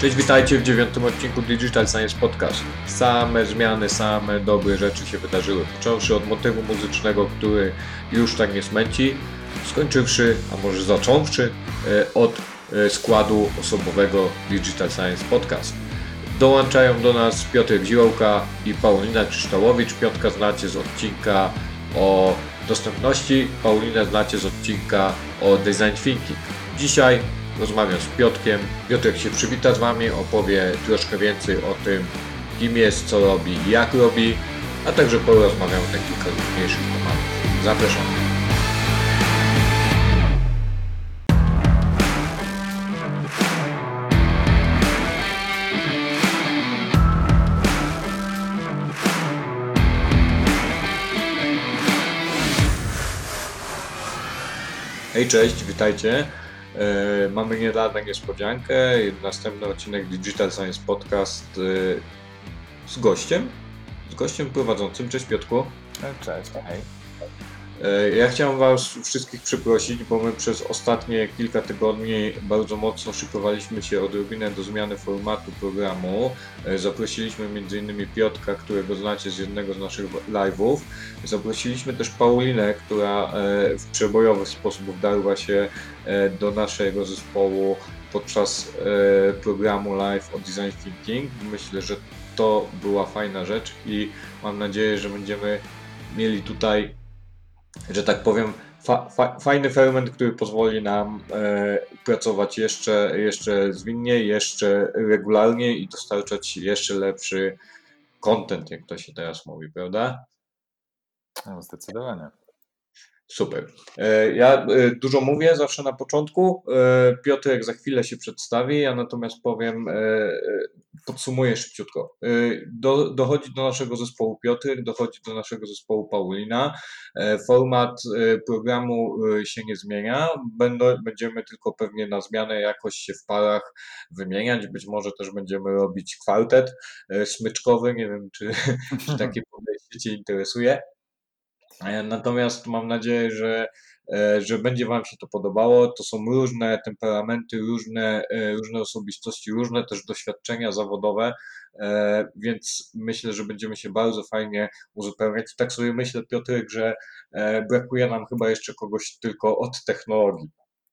Cześć, witajcie w 9. odcinku Digital Science Podcast. Same zmiany, same dobre rzeczy się wydarzyły. Począwszy od motywu muzycznego, który już tak nie smęci, skończywszy, a może zacząwszy od składu osobowego Digital Science Podcast. Dołączają do nas Piotr Ziłka i Paulina Krzysztołowicz. Piotrka znacie z odcinka o dostępności, Paulinę znacie z odcinka o design thinking. Dzisiaj rozmawiam z Piotrkiem. Piotrek się przywita z Wami, opowie troszkę więcej o tym, kim jest, co robi i jak robi, a także porozmawiam o kilka różniejszych tematów. Zapraszam. Hej, cześć, witajcie. Mamy niedawno niespodziankę, następny odcinek Digital Science Podcast z gościem prowadzącym. Cześć Piotrku. Cześć, hej. Ja chciałem Was wszystkich przeprosić, bo my przez ostatnie kilka tygodni bardzo mocno szykowaliśmy się odrobinę do zmiany formatu programu. Zaprosiliśmy m.in. Piotrka, którego znacie z jednego z naszych live'ów. Zaprosiliśmy też Paulinę, która w przebojowy sposób wdarła się do naszego zespołu podczas programu live o Design Thinking. Myślę, że to była fajna rzecz i mam nadzieję, że będziemy mieli tutaj, że tak powiem, fajny ferment, który pozwoli nam pracować jeszcze zwinniej, jeszcze regularnie i dostarczać jeszcze lepszy content, jak to się teraz mówi, prawda? No, zdecydowanie. Super. Ja dużo mówię zawsze na początku. Piotrek za chwilę się przedstawi, ja natomiast powiem, podsumuję szybciutko. Dochodzi do naszego zespołu Piotrek, dochodzi do naszego zespołu Paulina. Format programu się nie zmienia. Będziemy tylko pewnie na zmianę jakoś się w parach wymieniać. Być może też będziemy robić kwartet smyczkowy. Nie wiem, czy takie podejście Cię interesuje. Natomiast mam nadzieję, że będzie Wam się to podobało. To są różne temperamenty, różne osobistości, różne też doświadczenia zawodowe, więc myślę, że będziemy się bardzo fajnie uzupełniać. Tak sobie myślę, Piotrek, że brakuje nam chyba jeszcze kogoś tylko od technologii.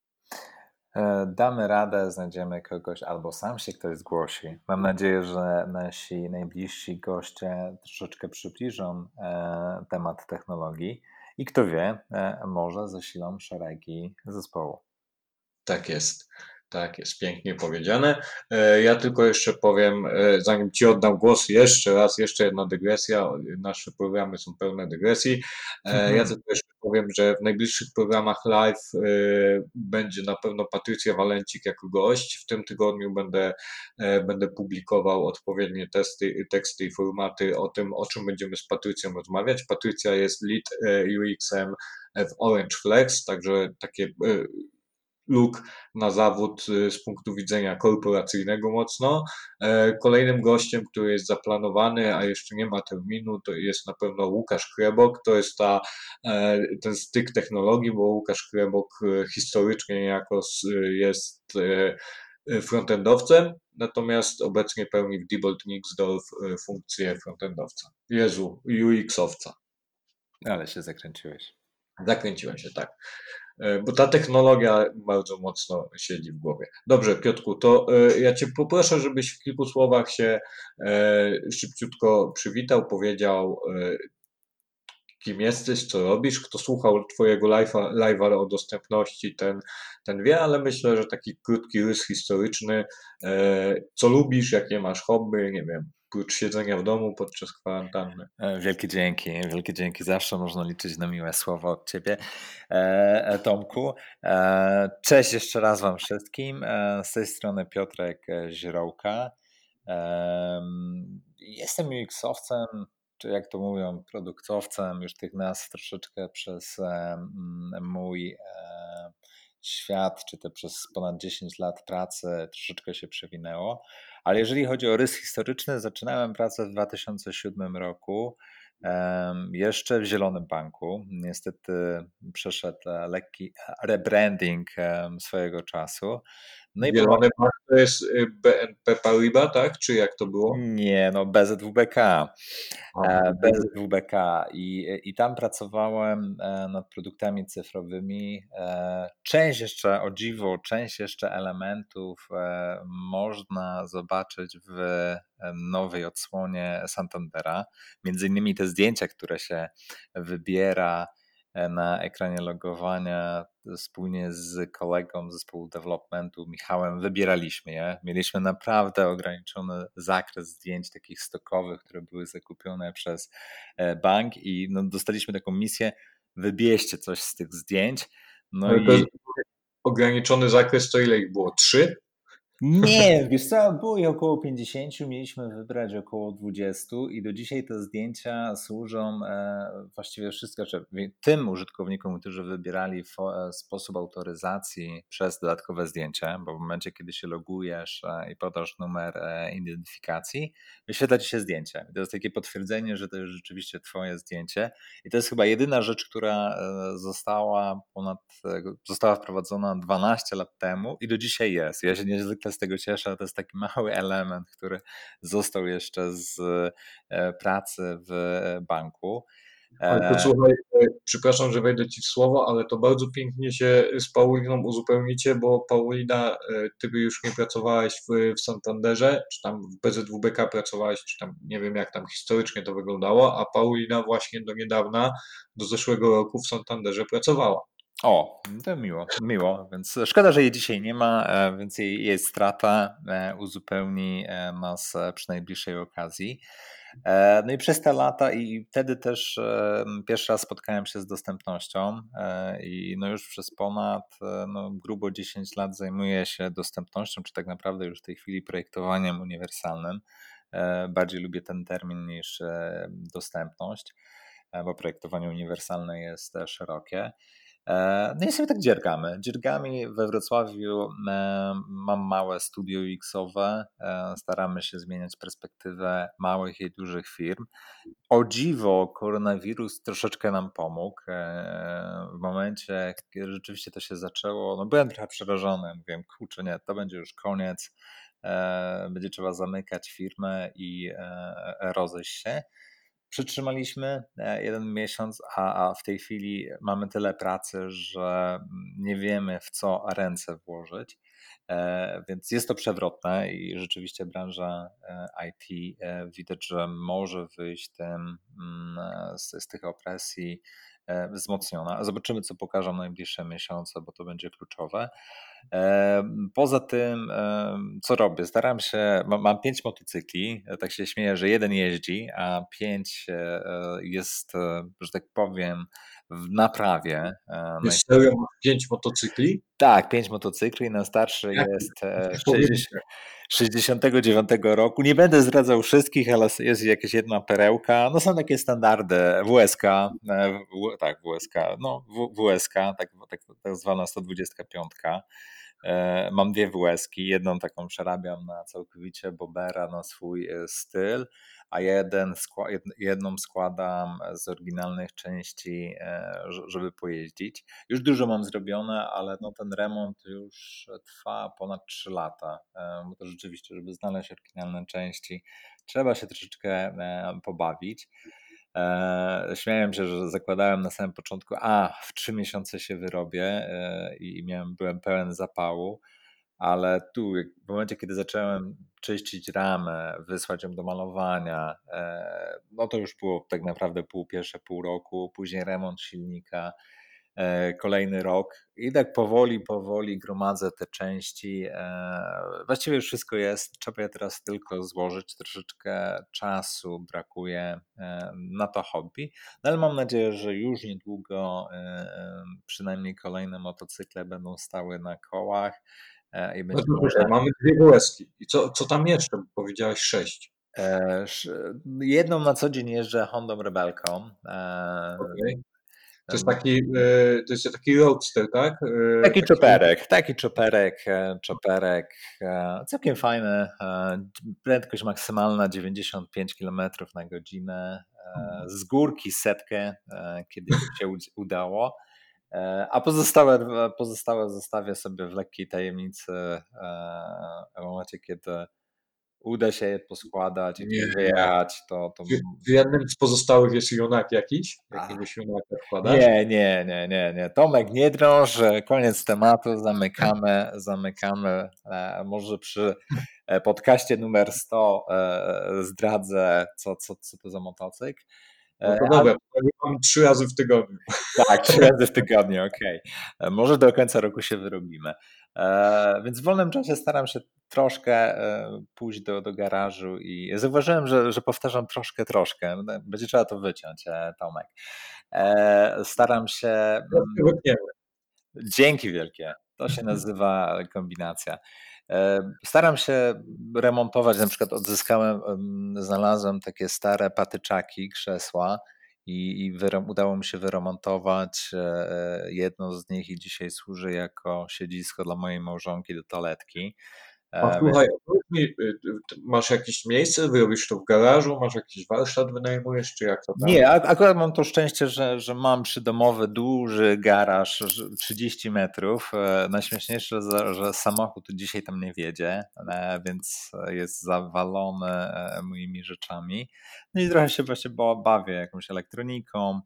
Damy radę, znajdziemy kogoś albo sam się ktoś zgłosi. Mam nadzieję, że nasi najbliżsi goście troszeczkę przybliżą temat technologii i kto wie, może zasilą szeregi zespołu. Tak jest, pięknie powiedziane. Ja tylko jeszcze powiem, zanim Ci oddam głos, jeszcze jedna dygresja. Nasze programy są pełne dygresji. Ja tylko jeszcze powiem, że w najbliższych programach live będzie na pewno Patrycja Walencik jako gość. W tym tygodniu będę publikował odpowiednie teksty i formaty o tym, o czym będziemy z Patrycją rozmawiać. Patrycja jest lead UX-em w Orange Flex, także takie look na zawód z punktu widzenia korporacyjnego mocno. Kolejnym gościem, który jest zaplanowany, a jeszcze nie ma terminu, to jest na pewno Łukasz Krebok. To jest ten styk technologii, bo Łukasz Krebok historycznie niejako jest frontendowcem, natomiast obecnie pełni w Diebold Nixdorf funkcję frontendowca. UX-owca. Ale się zakręciłeś. Zakręciłem się, tak. Bo ta technologia bardzo mocno siedzi w głowie. Dobrze, Piotrku, to ja Cię poproszę, żebyś w kilku słowach się szybciutko przywitał, powiedział, kim jesteś, co robisz. Kto słuchał Twojego live'a o dostępności, ten wie, ale myślę, że taki krótki rys historyczny, co lubisz, jakie masz hobby, nie wiem, prócz siedzenia w domu podczas kwarantanny. Wielkie dzięki. Zawsze można liczyć na miłe słowa od Ciebie, Tomku. Cześć jeszcze raz Wam wszystkim. Z tej strony Piotrek Zirołka. Jestem UX-owcem, czy jak to mówią, produktowcem. Już tych nazw troszeczkę przez mój świat, czy to przez ponad 10 lat pracy troszeczkę się przewinęło. Ale jeżeli chodzi o rys historyczny, zaczynałem pracę w 2007 roku, jeszcze w Zielonym Banku. Niestety przeszedł lekki rebranding swojego czasu. No i Zielony bank to jest BNP Paribas, tak? Czy jak to było? nie, no BZWBK. A, BZWBK i tam pracowałem nad produktami cyfrowymi. Część jeszcze, o dziwo, część jeszcze elementów można zobaczyć w nowej odsłonie Santandera. Między innymi te zdjęcia, które się wybiera na ekranie logowania wspólnie z kolegą z zespołu developmentu, Michałem, wybieraliśmy je. Mieliśmy naprawdę ograniczony zakres zdjęć takich stokowych, które były zakupione przez bank i no, dostaliśmy taką misję, wybierzcie coś z tych zdjęć. No ale to jest i ograniczony zakres, to ile ich było? Trzy? nie, wiesz co, było ich około 50, mieliśmy wybrać około 20 i do dzisiaj te zdjęcia służą właściwie wszystko, tym użytkownikom, którzy wybierali sposób autoryzacji przez dodatkowe zdjęcie, bo w momencie, kiedy się logujesz i podasz numer identyfikacji, wyświetla ci się zdjęcie. To jest takie potwierdzenie, że to jest rzeczywiście twoje zdjęcie i to jest chyba jedyna rzecz, która została wprowadzona 12 lat temu i do dzisiaj jest. Ja się niezwykle z tego cieszę, to jest taki mały element, który został jeszcze z pracy w banku. Ale to słuchaj, przepraszam, że wejdę ci w słowo, ale to bardzo pięknie się z Pauliną uzupełnicie, bo Paulina, ty by już nie pracowałaś w Santanderze, czy tam w BZWBK pracowałaś, czy tam nie wiem jak tam historycznie to wyglądało, a Paulina właśnie do niedawna, do zeszłego roku w Santanderze pracowała. O, to miło, miło, więc szkoda, że jej dzisiaj nie ma, więc jej strata uzupełni nas przy najbliższej okazji. No i przez te lata i wtedy też pierwszy raz spotkałem się z dostępnością i no już przez ponad no grubo 10 lat zajmuję się dostępnością, czy tak naprawdę już w tej chwili projektowaniem uniwersalnym. Bardziej lubię ten termin niż dostępność, bo projektowanie uniwersalne jest szerokie. No i sobie tak dziergamy. Dziergami we Wrocławiu mam małe studio UX-owe. Staramy się zmieniać perspektywę małych i dużych firm. O dziwo, koronawirus troszeczkę nam pomógł. W momencie, kiedy rzeczywiście to się zaczęło, no byłem trochę przerażony. Mówiłem, kurczę, nie, to będzie już koniec. Będzie trzeba zamykać firmę i rozejść się. Przytrzymaliśmy 1 miesiąc, a w tej chwili mamy tyle pracy, że nie wiemy w co ręce włożyć. Więc jest to przewrotne i rzeczywiście branża IT widać, że może wyjść z tych opresji wzmocniona. Zobaczymy, co pokażą najbliższe miesiące, bo to będzie kluczowe. Poza tym, co robię? Staram się, mam 5 motocykli, tak się śmieję, że jeden jeździ, a 5 jest, że tak powiem, w naprawie. Jest serio, masz 5 motocykli? Tak, 5 motocykli, najstarszy Jak jest niesamowite. 69 roku. Nie będę zdradzał wszystkich, ale jest jakaś jedna perełka. No są takie standardy WSK, tak, WSK, no WSK, tak zwana 125. Mam dwie WS-ki, jedną taką przerabiam na całkowicie Bobera, na swój styl, a jedną składam z oryginalnych części, żeby pojeździć. Już dużo mam zrobione, ale no ten remont już trwa ponad 3 lata, bo to rzeczywiście, żeby znaleźć oryginalne części, trzeba się troszeczkę pobawić. Śmiałem się, że zakładałem na samym początku, w 3 miesiące się wyrobię i byłem pełen zapału, ale tu w momencie, kiedy zacząłem czyścić ramę, wysłać ją do malowania, no to już było tak naprawdę pierwsze pół roku, później remont silnika, kolejny rok i tak powoli gromadzę te części. Właściwie już wszystko jest, trzeba je teraz tylko złożyć, troszeczkę czasu brakuje na to hobby, no ale mam nadzieję, że już niedługo przynajmniej kolejne motocykle będą stały na kołach i No będzie to czekaj, można. mamy 2 WS-ki. I co tam jeszcze? Bo powiedziałeś 6. Jedną na co dzień jeżdżę Hondą Rebelką. Okej. To jest Em, taki, to jest taki roadster, tak? Taki, Taki czoperek, całkiem fajny, prędkość maksymalna 95 kilometrów na godzinę, z górki setkę, kiedyś mi się udało. A pozostałe zostawię sobie w lekkiej tajemnicy w momencie, kiedy uda się je poskładać i Nie. gdzieś wyjechać, to W jednym z pozostałych jest junak jakiś? a, Jakiegoś junaka wkładasz? nie. Tomek, nie drąż, koniec tematu, zamykamy. Może przy podcaście numer 100 zdradzę, co to za motocykl. No to Ale dobra, mam 3 razy w tygodniu. tak, 3 razy w tygodniu, okej. Może do końca roku się wyrobimy. Więc w wolnym czasie staram się troszkę pójść do garażu i zauważyłem, że powtarzam troszkę. Będzie trzeba to wyciąć, Tomek. Staram się. Wytniemy. Dzięki wielkie. To się nazywa kombinacja. Staram się remontować, na przykład znalazłem takie stare patyczaki, krzesła i udało mi się wyremontować jedno z nich i dzisiaj służy jako siedzisko dla mojej małżonki do toaletki. A słuchaj, powiedz mi, masz jakieś miejsce, wyrobisz to w garażu, masz jakiś warsztat, wynajmujesz, czy jak to tam? Nie, akurat mam to szczęście, że mam przydomowy duży garaż, 30 metrów. Najśmieszniejsze, że samochód dzisiaj tam nie wiedzie, więc jest zawalony moimi rzeczami. No i trochę się właśnie bawię jakąś elektroniką,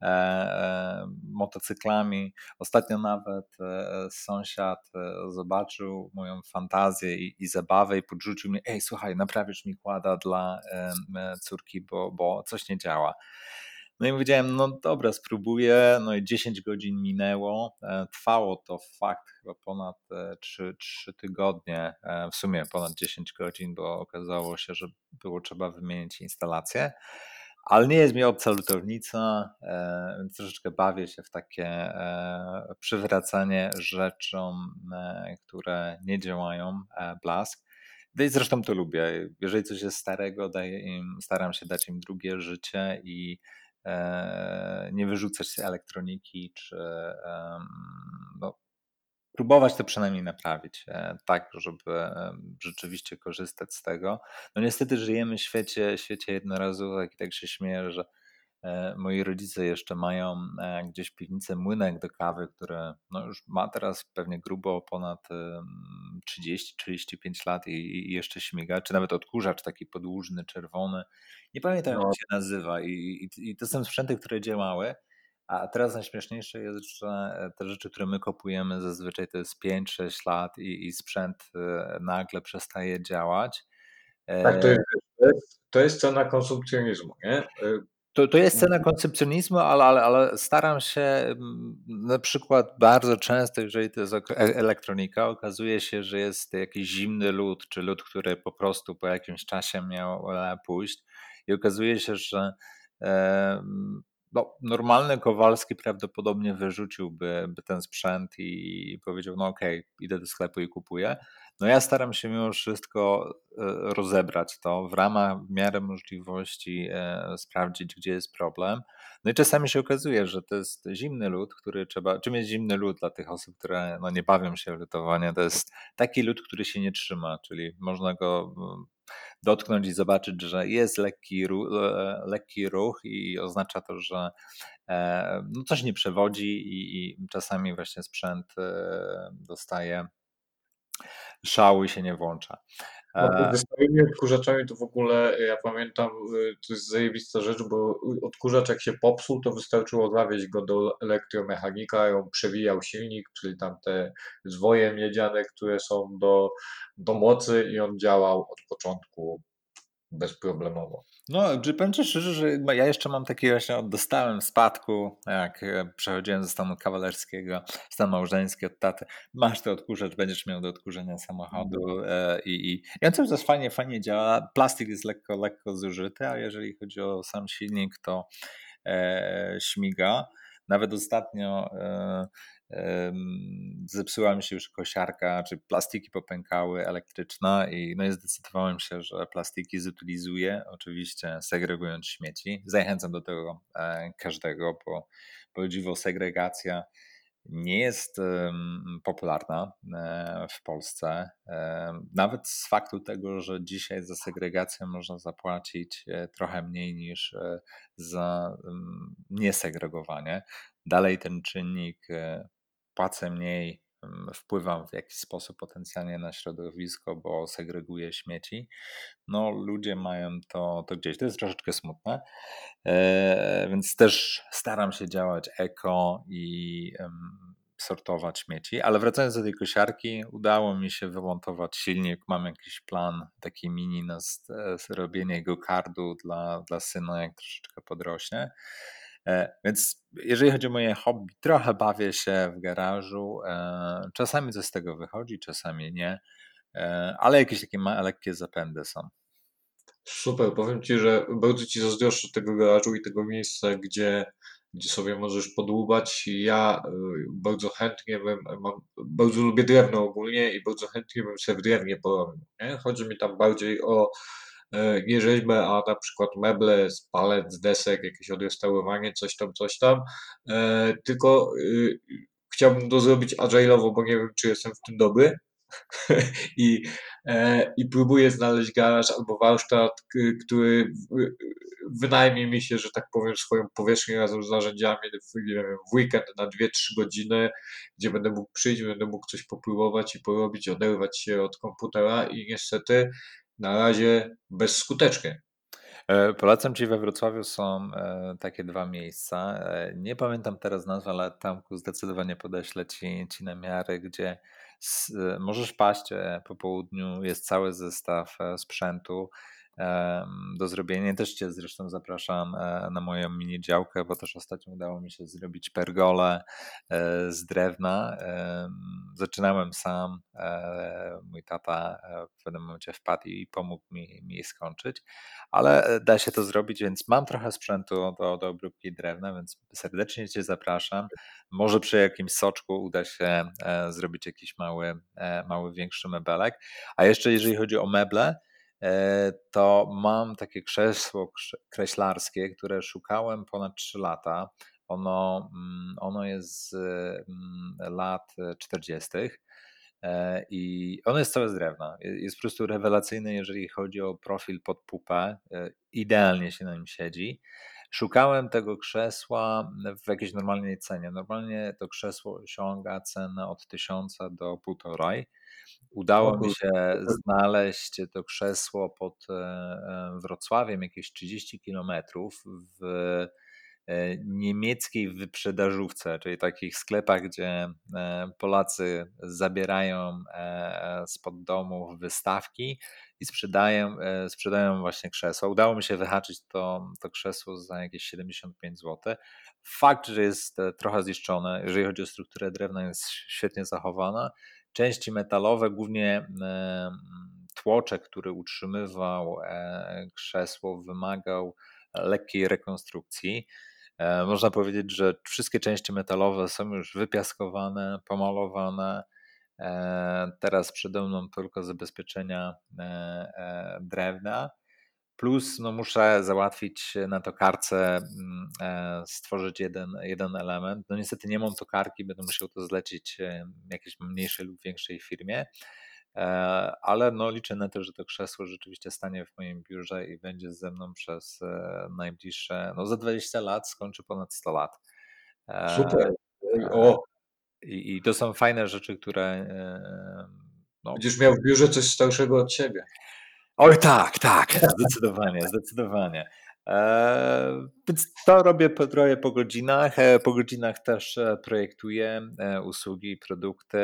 motocyklami. Ostatnio nawet sąsiad zobaczył moją fantazję i zabawę i podrzucił mnie: ej, słuchaj, naprawisz mi kłada dla córki, bo coś nie działa. No i powiedziałem, no dobra, spróbuję. No i 10 godzin minęło. Trwało to fakt chyba ponad 3 tygodnie, w sumie ponad 10 godzin, bo okazało się, że było trzeba wymienić instalację. Ale nie jest mi obca lutownica, więc troszeczkę bawię się w takie przywracanie rzeczom, które nie działają, blask. No i zresztą to lubię. Jeżeli coś jest starego, staram się dać im drugie życie i nie wyrzucać się elektroniki, czy no, próbować to przynajmniej naprawić, tak, żeby rzeczywiście korzystać z tego. No niestety żyjemy w świecie jednorazówek i tak się śmieję, że moi rodzice jeszcze mają gdzieś w piwnicy młynek do kawy, który no już ma teraz pewnie grubo ponad 30-35 lat i jeszcze śmiga, czy nawet odkurzacz taki podłużny, czerwony. Nie pamiętam jak No, się nazywa i to są sprzęty, które działały. A teraz najśmieszniejsze jest, że te rzeczy, które my kupujemy, zazwyczaj to jest 5-6 lat i sprzęt nagle przestaje działać. tak to E, jest, to jest cena konsumpcjonizmu, nie? To jest cena koncepcjonizmu, ale staram się na przykład bardzo często, jeżeli to jest elektronika, okazuje się, że jest jakiś zimny lód, czy lód, który po prostu po jakimś czasie miał pójść i okazuje się, że no, normalny Kowalski prawdopodobnie wyrzuciłby ten sprzęt i powiedział, no okej, idę do sklepu i kupuję. No ja staram się mimo wszystko rozebrać to w miarę możliwości, sprawdzić, gdzie jest problem. No i czasami się okazuje, że to jest zimny lód, który trzeba. Czym jest zimny lód dla tych osób, które no, nie bawią się w lutowanie? To jest taki lód, który się nie trzyma, czyli można go dotknąć i zobaczyć, że jest lekki ruch i oznacza to, że no coś nie przewodzi i czasami właśnie sprzęt dostaje szału i się nie włącza. No, E, ze starymi odkurzaczami to w ogóle, ja pamiętam, to jest zajebista rzecz, bo odkurzacz jak się popsuł, to wystarczyło zawieźć go do elektromechanika i on przewijał silnik, czyli tam te zwoje miedziane, które są do mocy i on działał od początku bezproblemowo. No, powiem ci szczerze, że ja jeszcze mam taki właśnie, dostałem w spadku, jak przechodziłem ze stanu kawalerskiego w stan małżeński od taty. Masz ten odkurzacz, będziesz miał do odkurzenia samochodu i on cały czas fajnie działa. Plastik jest lekko zużyty, a jeżeli chodzi o sam silnik, to śmiga. Nawet ostatnio zepsuła mi się już kosiarka, czy plastiki popękały elektryczna i no i zdecydowałem się, że plastiki zutylizuję, oczywiście segregując śmieci. Zachęcam do tego każdego, bo o dziwo segregacja nie jest popularna w Polsce. Nawet z faktu tego, że dzisiaj za segregację można zapłacić trochę mniej niż za niesegregowanie. Dalej ten czynnik płacę mniej, wpływam w jakiś sposób potencjalnie na środowisko, bo segreguję śmieci. No, ludzie mają to gdzieś. To jest troszeczkę smutne. Więc też staram się działać eko i sortować śmieci. Ale wracając do tej kosiarki, udało mi się wymontować silnik. Mam jakiś plan taki mini na robienie go-kardu dla syna, jak troszeczkę podrośnie. Więc jeżeli chodzi o moje hobby, trochę bawię się w garażu. Czasami coś z tego wychodzi, czasami nie, ale jakieś takie lekkie zapędy są. Super, powiem Ci, że bardzo Ci zazdroszczę tego garażu i tego miejsca, gdzie sobie możesz podłubać. Ja bardzo chętnie bardzo lubię drewno ogólnie i bardzo chętnie bym sobie w drewnie porobił. Nie? Chodzi mi tam bardziej o nie rzeźbę, a na przykład meble z palet, z desek, jakieś odrestaurowanie, coś tam. Tylko chciałbym to zrobić agile'owo, bo nie wiem, czy jestem w tym dobry. I, i próbuję znaleźć garaż albo warsztat, który wynajmie mi się, że tak powiem, swoją powierzchnię razem z narzędziami nie wiem, w weekend na 2-3 godziny, gdzie będę mógł przyjść, będę mógł coś popróbować i porobić, oderwać się od komputera i niestety na razie bezskutecznie. Polecam Ci, we Wrocławiu są takie dwa miejsca. Nie pamiętam teraz nazwy, ale Tomku zdecydowanie podeślę Ci namiary, gdzie możesz paść po południu. Jest cały zestaw sprzętu do zrobienia. Też Cię zresztą zapraszam na moją mini działkę, bo też ostatnio udało mi się zrobić pergolę z drewna. Zaczynałem sam. Mój tata w pewnym momencie wpadł i pomógł mi je skończyć, ale da się to zrobić, więc mam trochę sprzętu do obróbki drewna, więc serdecznie Cię zapraszam. Może przy jakimś soczku uda się zrobić jakiś mały, większy mebelek. A jeszcze jeżeli chodzi o meble, to mam takie krzesło kreślarskie, które szukałem ponad 3 lata. Ono jest z lat 40. I ono jest całe z drewna. Jest po prostu rewelacyjny, jeżeli chodzi o profil pod pupę. Idealnie się na nim siedzi. Szukałem tego krzesła w jakiejś normalnej cenie. Normalnie to krzesło osiąga cenę od 1000 do 1,5. O Udało mi kurde, się znaleźć to krzesło pod Wrocławiem, jakieś 30 kilometrów w niemieckiej wyprzedażówce, czyli takich sklepach, gdzie Polacy zabierają spod domów wystawki i sprzedają właśnie krzesła. Udało mi się wyhaczyć to krzesło za jakieś 75 zł. Fakt, że jest trochę zniszczone, jeżeli chodzi o strukturę drewna, jest świetnie zachowana. Części metalowe, głównie tłoczek, który utrzymywał krzesło, wymagał lekkiej rekonstrukcji. Można powiedzieć, że wszystkie części metalowe są już wypiaskowane, pomalowane. Teraz przede mną tylko zabezpieczenia drewna. Plus no, muszę załatwić na tokarce, stworzyć jeden element. No niestety nie mam tokarki, będę musiał to zlecić jakiejś mniejszej lub większej firmie. Ale no, liczę na to, że to krzesło rzeczywiście stanie w moim biurze i będzie ze mną przez najbliższe, no za 20 lat, skończy ponad 100 lat. E, super. e, O, I to są fajne rzeczy, które no, będziesz miał w biurze coś starszego od siebie. oj tak, tak, zdecydowanie, zdecydowanie. Więc to robię po godzinach. Po godzinach też projektuję usługi i produkty.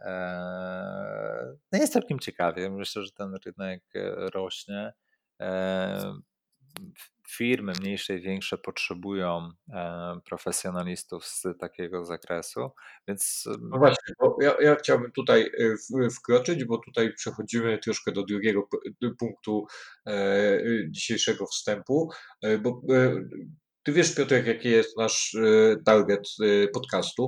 No jest całkiem ciekawie. Myślę, że ten rynek rośnie. E, Firmy mniejsze i większe potrzebują profesjonalistów z takiego zakresu, więc No właśnie, bo ja chciałbym tutaj wkroczyć, bo tutaj przechodzimy troszkę do drugiego punktu dzisiejszego wstępu, bo ty wiesz, Piotrek, jaki jest nasz target podcastu?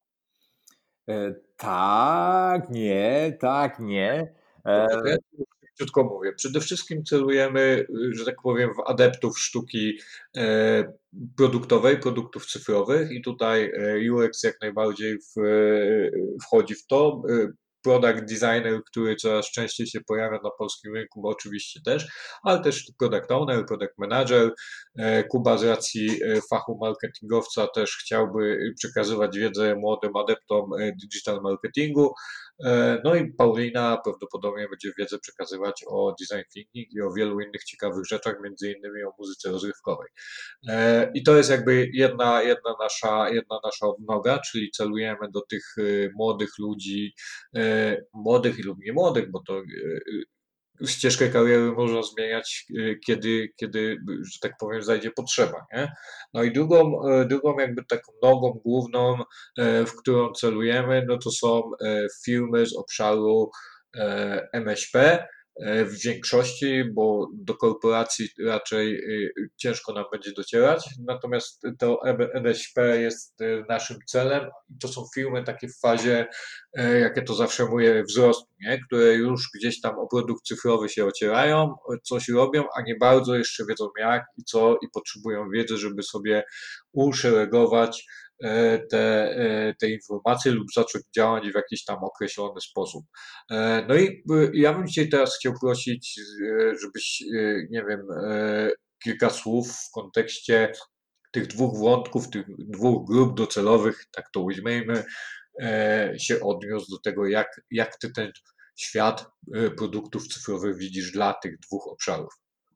tak, nie, tak, nie. E, Dobrze, to ja króciutko mówię. Przede wszystkim celujemy, że tak powiem, w adeptów sztuki produktowej, produktów cyfrowych i tutaj UX jak najbardziej wchodzi w to. Product designer, który coraz częściej się pojawia na polskim rynku, bo oczywiście też, ale też product owner, product manager. Kuba z racji fachu marketingowca też chciałby przekazywać wiedzę młodym adeptom digital marketingu. No i Paulina prawdopodobnie będzie wiedzę przekazywać o design thinking i o wielu innych ciekawych rzeczach, między innymi o muzyce rozrywkowej. I to jest jakby jedna nasza odnoga, czyli celujemy do tych młodych ludzi, młodych lub nie młodych, bo to ścieżkę kariery można zmieniać, kiedy, że tak powiem, zajdzie potrzeba, nie? No i drugą jakby taką nogą główną, w którą celujemy, no to są firmy z obszaru MŚP, w większości, bo do korporacji raczej ciężko nam będzie docierać, natomiast to MŚP jest naszym celem i to są firmy takie w fazie, jak ja to zawsze mówię, wzrostu, nie? Które już gdzieś tam o produkt cyfrowy się ocierają, coś robią, a nie bardzo jeszcze wiedzą jak i co i potrzebują wiedzy, żeby sobie uszeregować te informacje lub zacząć działać w jakiś tam określony sposób. No i ja bym dzisiaj teraz chciał prosić, żebyś, nie wiem, kilka słów w kontekście tych dwóch wątków, tych dwóch grup docelowych, tak to ujmijmy, się odniósł do tego, jak ty ten świat produktów cyfrowych widzisz dla tych dwóch obszarów.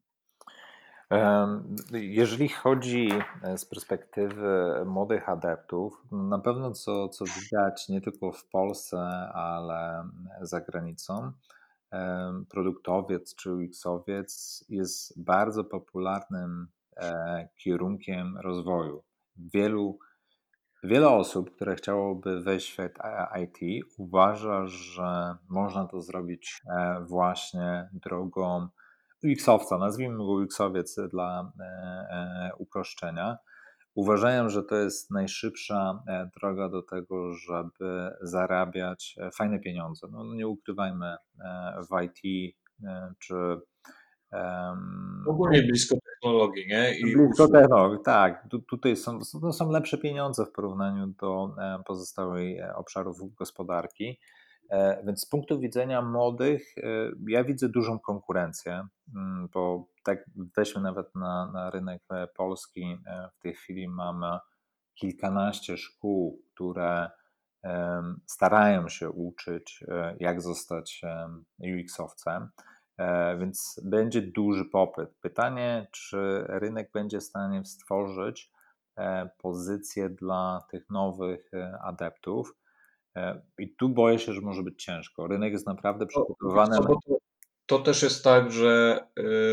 Jeżeli chodzi z perspektywy młodych adeptów, na pewno co widać nie tylko w Polsce, ale za granicą, produktowiec czy UX-owiec jest bardzo popularnym kierunkiem rozwoju. Wiele osób, które chciałoby wejść w świat IT, uważa, że można to zrobić właśnie drogą UX-owca, nazwijmy go UX-owiec dla uproszczenia. Uważają, że to jest najszybsza droga do tego, żeby zarabiać fajne pieniądze. No, nie ukrywajmy, w IT czy Ogólnie blisko technologii, nie? I blisko usług. technologii, tak. Tutaj są lepsze pieniądze w porównaniu do pozostałych obszarów gospodarki. Więc z punktu widzenia młodych, ja widzę dużą konkurencję, bo tak weźmy nawet na rynek polski, w tej chwili mamy kilkanaście szkół, które starają się uczyć, jak zostać UX-owcem, więc będzie duży popyt. Pytanie, czy rynek będzie w stanie stworzyć pozycję dla tych nowych adeptów. I tu boję się, że może być ciężko. Rynek jest naprawdę Wiesz przygotowany co, na. bo to też jest tak, że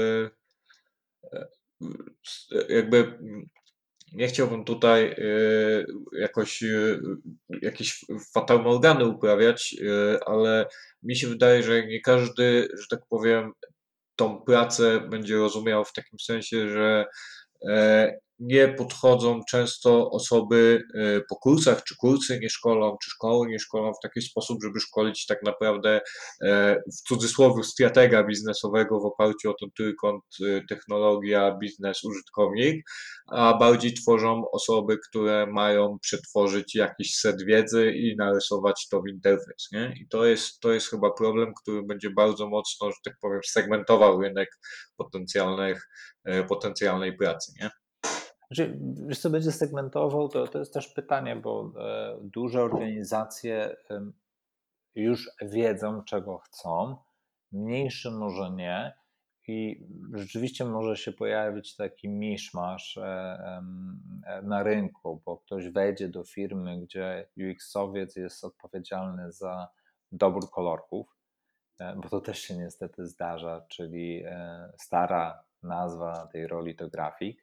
jakby nie chciałbym tutaj jakoś jakieś fatamorgany uprawiać, ale mi się wydaje, że nie każdy, że tak powiem, tą pracę będzie rozumiał w takim sensie, że nie podchodzą często osoby po kursach, czy kursy nie szkolą, czy szkoły nie szkolą w taki sposób, żeby szkolić tak naprawdę w cudzysłowie stratega biznesowego w oparciu o ten trójkąt technologia, biznes, użytkownik, a bardziej tworzą osoby, które mają przetworzyć jakiś set wiedzy i narysować to w interfejs, nie? I to jest chyba problem, który będzie bardzo mocno, że tak powiem, segmentował rynek potencjalnej pracy, nie? Znaczy, wiesz co, będzie segmentował, to jest też pytanie, bo duże organizacje już wiedzą, czego chcą, mniejsze może nie i rzeczywiście może się pojawić taki miszmasz na rynku, bo ktoś wejdzie do firmy, gdzie UX-owiec jest odpowiedzialny za dobór kolorków, bo to też się niestety zdarza, czyli stara nazwa tej roli to grafik.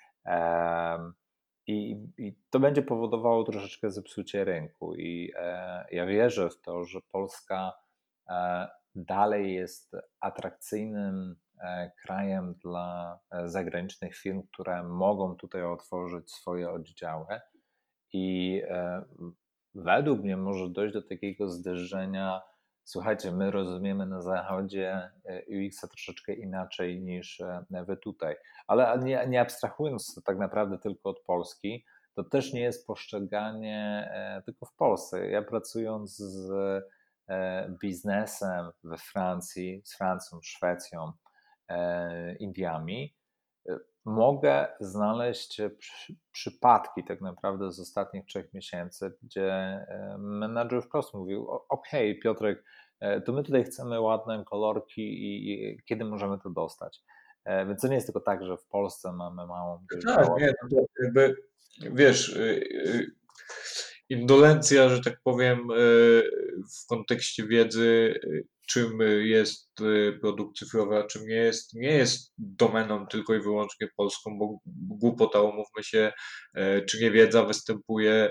I to będzie powodowało troszeczkę zepsucie rynku. I ja wierzę w to, że Polska dalej jest atrakcyjnym krajem dla zagranicznych firm, które mogą tutaj otworzyć swoje oddziały. I według mnie może dojść do takiego zderzenia Słuchajcie, my rozumiemy na zachodzie UX-a troszeczkę inaczej niż wy tutaj, ale nie abstrahując tak naprawdę tylko od Polski, to też nie jest postrzeganie tylko w Polsce. Ja pracując z biznesem we Francji, z Francją, Szwecją, Indiami, mogę znaleźć przypadki tak naprawdę z ostatnich 3 miesięcy, gdzie menadżer wprost mówił: Okej, Piotrek, to my tutaj chcemy ładne kolorki i kiedy możemy to dostać? Więc to nie jest tylko tak, że w Polsce mamy małą Tak, dojrzałość. nie, no to jakby, wiesz, indolencja, że tak powiem, w kontekście wiedzy, czym jest produkt cyfrowy, a czym nie jest domeną tylko i wyłącznie polską, bo głupota, umówmy się, czy niewiedza występuje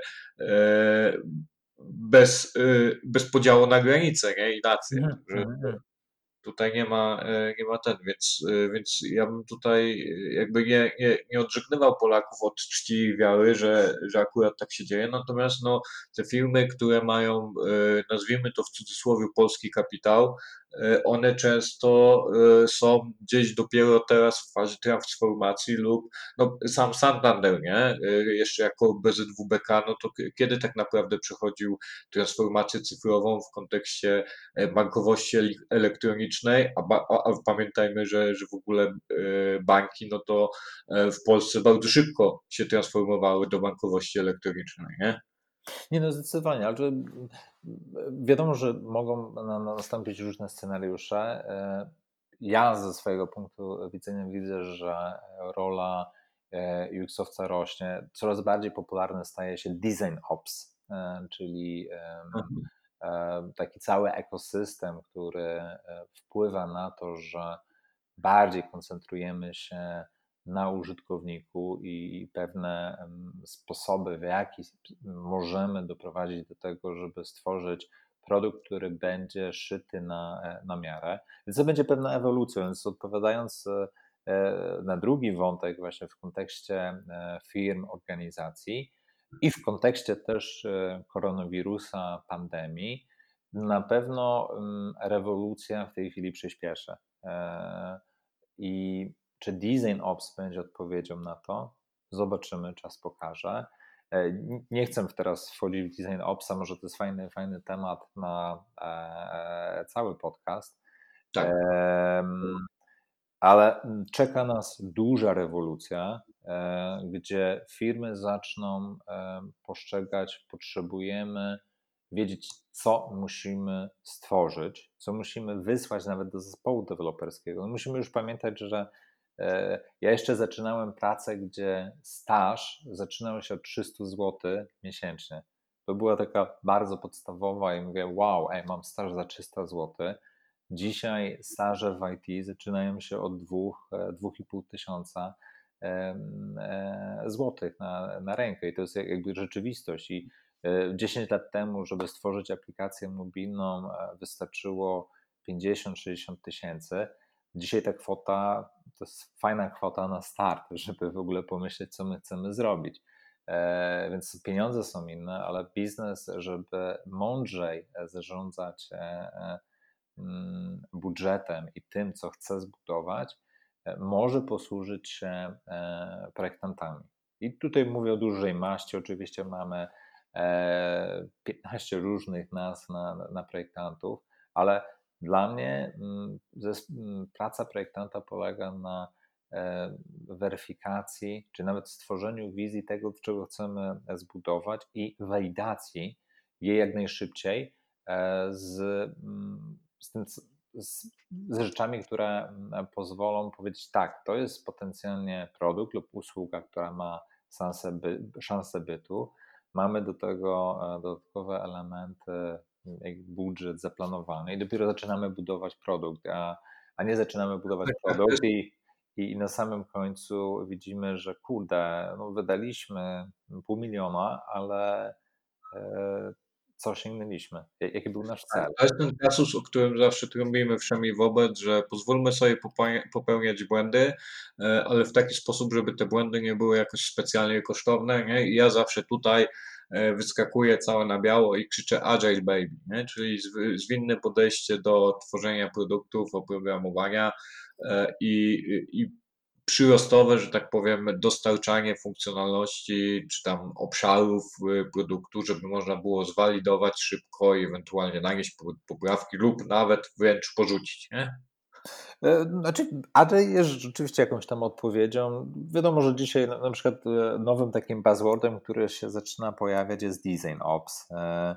bez podziału na granice, nie, i nacje. Mhm, Także mhm, mhm. tutaj nie ma ten, więc ja bym tutaj jakby nie odżegnywał Polaków od czci i wiary, że akurat tak się dzieje, natomiast no, te firmy, które mają, nazwijmy to w cudzysłowie, polski kapitał, one często są gdzieś dopiero teraz w fazie transformacji lub no, sam Santander, nie? Jeszcze jako BZWBK, no to kiedy tak naprawdę przechodził transformację cyfrową w kontekście bankowości elektronicznej, a pamiętajmy, że w ogóle banki, no to w Polsce bardzo szybko się transformowały do bankowości elektronicznej, nie? Nie, no zdecydowanie, ale wiadomo, że mogą nastąpić różne scenariusze. Ja ze swojego punktu widzenia widzę, że rola UX-owca rośnie. Coraz bardziej popularny staje się design ops, czyli Mhm. taki cały ekosystem, który wpływa na to, że bardziej koncentrujemy się na użytkowniku i pewne sposoby, w jaki możemy doprowadzić do tego, żeby stworzyć produkt, który będzie szyty na miarę. Więc to będzie pewna ewolucja. Więc odpowiadając na drugi wątek, właśnie w kontekście firm, organizacji i w kontekście też koronawirusa, pandemii, na pewno rewolucja w tej chwili przyspieszy. I czy Design Ops będzie odpowiedzią na to? Zobaczymy, czas pokaże. Nie chcę teraz wchodzić w Design Opsa, może to jest fajny temat na cały podcast. Tak. Ale czeka nas duża rewolucja, gdzie firmy zaczną postrzegać, potrzebujemy wiedzieć, co musimy stworzyć, co musimy wysłać nawet do zespołu deweloperskiego. No musimy już pamiętać, że ja jeszcze zaczynałem pracę, gdzie staż zaczynał się od 300 zł miesięcznie. To była taka bardzo podstawowa i mówię, wow, mam staż za 300 zł. Dzisiaj staże w IT zaczynają się od 2,5 tysiąca złotych na rękę i to jest jakby rzeczywistość. I 10 lat temu, żeby stworzyć aplikację mobilną, wystarczyło 50-60 tysięcy. Dzisiaj ta kwota to jest fajna kwota na start, żeby w ogóle pomyśleć, co my chcemy zrobić. Więc pieniądze są inne, ale biznes, żeby mądrzej zarządzać budżetem i tym, co chce zbudować, może posłużyć się projektantami. I tutaj mówię o dużej maści. Oczywiście mamy 15 różnych nazw na projektantów, ale dla mnie praca projektanta polega na weryfikacji, czy nawet stworzeniu wizji tego, czego chcemy zbudować i walidacji jej jak najszybciej z, z tym, z rzeczami, które pozwolą powiedzieć, tak, to jest potencjalnie produkt lub usługa, która ma szansę bytu. Mamy do tego dodatkowe elementy, jak budżet zaplanowany i dopiero zaczynamy budować produkt, a nie zaczynamy budować Tak, tak, to produkt jest i na samym końcu widzimy, że kurde, no wydaliśmy 500 000, ale co osiągnęliśmy? Jaki był nasz tak, cel? to jest ten kasus, o którym zawsze trąbimy wszemi wobec, że pozwólmy sobie popełniać błędy, ale w taki sposób, żeby te błędy nie były jakoś specjalnie kosztowne, nie? I ja zawsze tutaj wyskakuje całe na biało i krzyczę Agile Baby, nie? Czyli zwinne podejście do tworzenia produktów, oprogramowania i przyrostowe, że tak powiem, dostarczanie funkcjonalności czy tam obszarów produktu, żeby można było zwalidować szybko i ewentualnie nanieść poprawki lub nawet wręcz porzucić, nie? Znaczy, Agile jest rzeczywiście jakąś tam odpowiedzią. Wiadomo, że dzisiaj na przykład nowym takim buzzwordem, który się zaczyna pojawiać, jest design ops.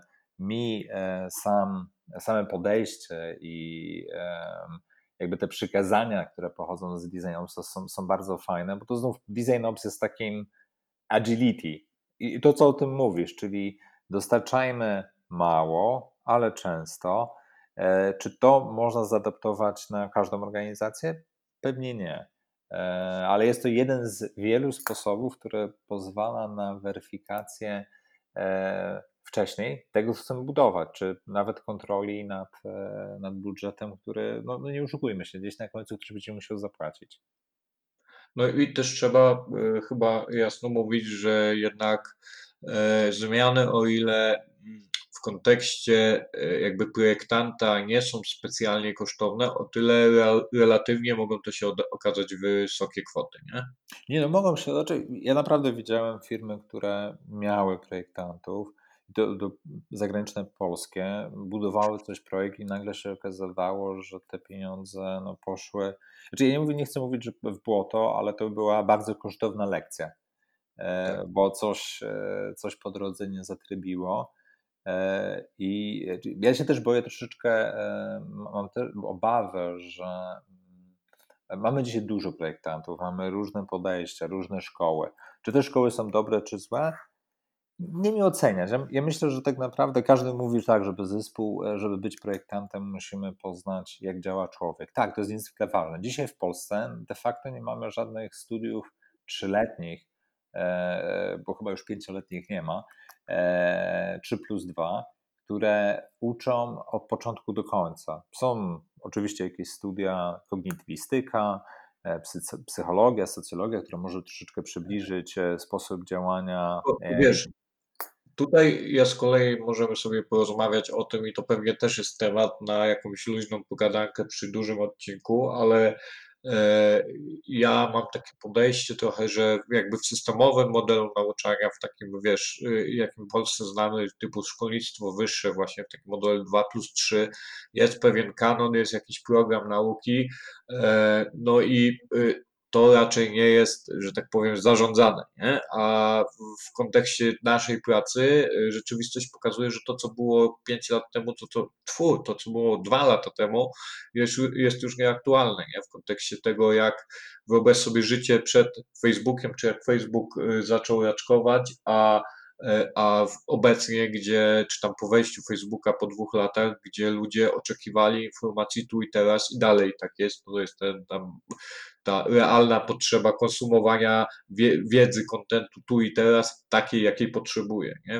Same podejście i jakby te przykazania, które pochodzą z design ops są bardzo fajne, bo to znów design ops jest takim agility. I to, co o tym mówisz, czyli dostarczajmy mało, ale często. Czy to można zaadaptować na każdą organizację? Pewnie nie. Ale jest to jeden z wielu sposobów, który pozwala na weryfikację wcześniej tego, co chcemy budować, czy nawet kontroli nad budżetem, który, no nie oszukujmy się, gdzieś na końcu ktoś będzie musiał zapłacić. No i też trzeba chyba jasno mówić, że jednak zmiany, o ile w kontekście jakby projektanta nie są specjalnie kosztowne, o tyle relatywnie mogą to się okazać wysokie kwoty, nie? Nie no, mogą się, znaczy ja naprawdę widziałem firmy, które miały projektantów, zagraniczne, polskie, budowały coś projekt i nagle się okazywało, że te pieniądze no, poszły. Znaczy ja nie mówię, nie chcę mówić, że w błoto, ale to była bardzo kosztowna lekcja, Tak. bo coś po drodze nie zatrybiło. I ja się też boję troszeczkę, mam też obawę, że mamy dzisiaj dużo projektantów, mamy różne podejścia, różne szkoły. Czy te szkoły są dobre, czy złe? Nie mi oceniać. Ja myślę, że tak naprawdę każdy mówi tak, żeby być projektantem, musimy poznać, jak działa człowiek. Tak, to jest niezwykle ważne. Dzisiaj w Polsce de facto nie mamy żadnych studiów trzyletnich, bo chyba już pięcioletnich nie ma, 3+2, które uczą od początku do końca. Są oczywiście jakieś studia kognitywistyka, psychologia, socjologia, która może troszeczkę przybliżyć sposób działania. Wiesz, tutaj ja z kolei możemy sobie porozmawiać o tym i to pewnie też jest temat na jakąś luźną pogadankę przy dużym odcinku, ale e, ja mam takie podejście trochę, że jakby w systemowym modelu nauczania, w takim, wiesz, jakim w Polsce znamy, typu szkolnictwo wyższe, właśnie w takim modelu 2+3, jest pewien kanon, jest jakiś program nauki, no i to raczej nie jest, że tak powiem, zarządzane, nie? A w kontekście naszej pracy rzeczywistość pokazuje, że to, co było 5 lat temu, to, co było 2 lata temu, jest już nieaktualne, nie? W kontekście tego, jak wyobraź sobie życie przed Facebookiem, czy jak Facebook zaczął raczkować, obecnie, czy tam po wejściu Facebooka po 2 latach, gdzie ludzie oczekiwali informacji tu i teraz i dalej tak jest, to jest ta realna potrzeba konsumowania wiedzy, kontentu tu i teraz, takiej, jakiej potrzebuje, nie?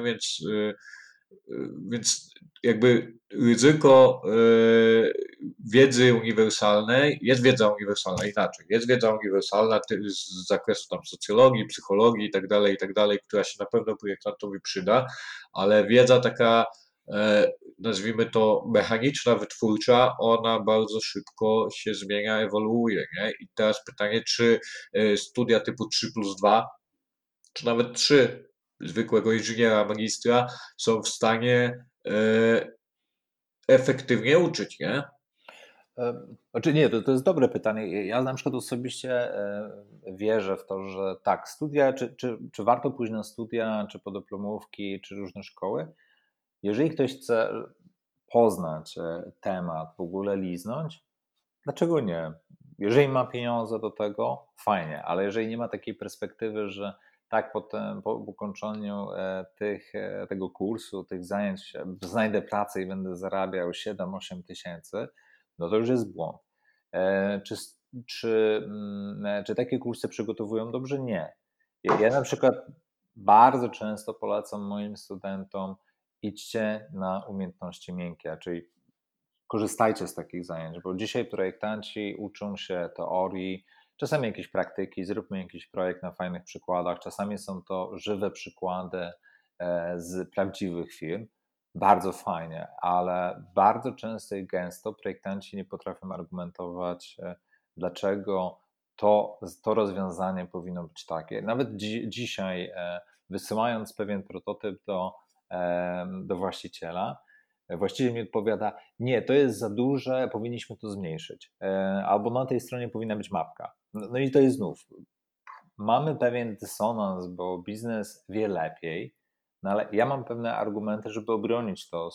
Więc jakby ryzyko wiedzy uniwersalnej, jest wiedza uniwersalna inaczej, jest wiedza uniwersalna z zakresu tam socjologii, psychologii i tak dalej, która się na pewno projektantowi przyda, ale wiedza taka, nazwijmy to mechaniczna, wytwórcza, ona bardzo szybko się zmienia, ewoluuje, nie? I teraz pytanie, czy studia typu 3+2, czy nawet 3 zwykłego inżyniera, magistra są w stanie efektywnie uczyć, nie? Znaczy nie, to jest dobre pytanie. Ja na przykład osobiście wierzę w to, że tak, studia, czy warto pójść na studia, czy podyplomówki, czy różne szkoły? Jeżeli ktoś chce poznać temat, w ogóle liznąć, dlaczego nie? Jeżeli ma pieniądze do tego, fajnie, ale jeżeli nie ma takiej perspektywy, że tak potem po ukończeniu tego kursu, tych zajęć znajdę pracę i będę zarabiał 7-8 tysięcy, no to już jest błąd. Czy, czy takie kursy przygotowują dobrze? Nie. Ja na przykład bardzo często polecam moim studentom, idźcie na umiejętności miękkie, czyli korzystajcie z takich zajęć, bo dzisiaj projektanci uczą się teorii, czasami jakieś praktyki, zróbmy jakiś projekt na fajnych przykładach, czasami są to żywe przykłady z prawdziwych firm, bardzo fajnie, ale bardzo często i gęsto projektanci nie potrafią argumentować, dlaczego to rozwiązanie powinno być takie. Nawet dzisiaj, wysyłając pewien prototyp do właściciela, właściciel mi odpowiada: nie, to jest za duże, powinniśmy to zmniejszyć. Albo na tej stronie powinna być mapka. No i to jest znów. Mamy pewien dysonans, bo biznes wie lepiej, no ale ja mam pewne argumenty, żeby obronić to.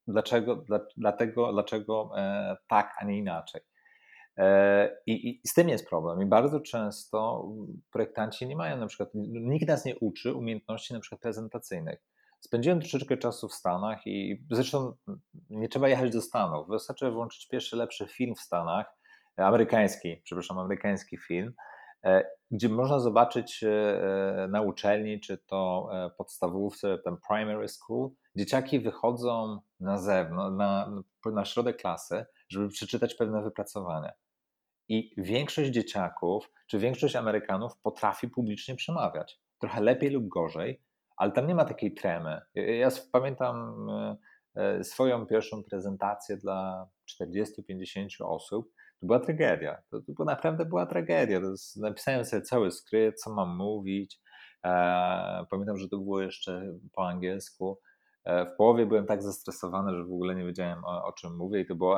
Dlaczego tak, a nie inaczej. I z tym jest problem. I bardzo często projektanci nie mają na przykład, nikt nas nie uczy umiejętności na przykład prezentacyjnych. Spędziłem troszeczkę czasu w Stanach i zresztą nie trzeba jechać do Stanów. Wystarczy włączyć pierwszy lepszy film w Stanach, amerykański film, gdzie można zobaczyć na uczelni, czy to podstawówce, tam primary school, dzieciaki wychodzą na zewnątrz, na środek klasy, żeby przeczytać pewne wypracowania. I większość dzieciaków, czy większość Amerykanów potrafi publicznie przemawiać. Trochę lepiej lub gorzej, ale tam nie ma takiej tremy. Ja pamiętam swoją pierwszą prezentację dla 40-50 osób. To była tragedia. To naprawdę była tragedia. Napisałem sobie cały skrypt, co mam mówić. Pamiętam, że to było jeszcze po angielsku. W połowie byłem tak zestresowany, że w ogóle nie wiedziałem o czym mówię i to było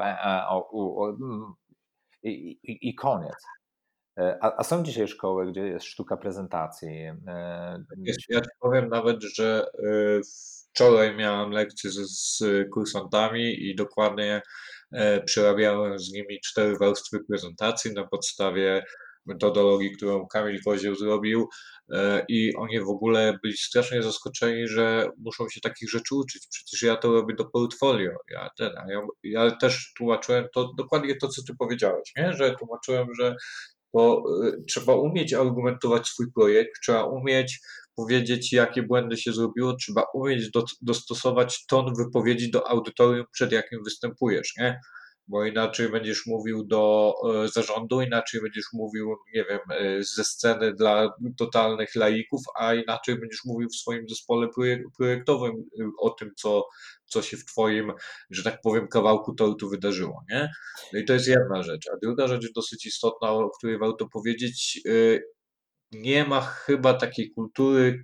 i koniec. A są dzisiaj szkoły, gdzie jest sztuka prezentacji. Ja ci powiem nawet, że wczoraj miałem lekcję z kursantami i dokładnie przerabiałem z nimi 4 warstwy prezentacji na podstawie metodologii, którą Kamil Kozieł zrobił i oni w ogóle byli strasznie zaskoczeni, że muszą się takich rzeczy uczyć. Przecież ja to robię do portfolio. Ja też tłumaczyłem to dokładnie to, co ty powiedziałeś, nie? Że tłumaczyłem, że bo trzeba umieć argumentować swój projekt, trzeba umieć powiedzieć, jakie błędy się zrobiło, trzeba umieć dostosować ton wypowiedzi do audytorium, przed jakim występujesz, nie? Bo inaczej będziesz mówił do zarządu, inaczej będziesz mówił, nie wiem, ze sceny dla totalnych laików, a inaczej będziesz mówił w swoim zespole projektowym o tym, co się w twoim, że tak powiem, kawałku tortu wydarzyło, nie? No i to jest jedna rzecz. A druga rzecz dosyć istotna, o której warto powiedzieć, nie ma chyba takiej kultury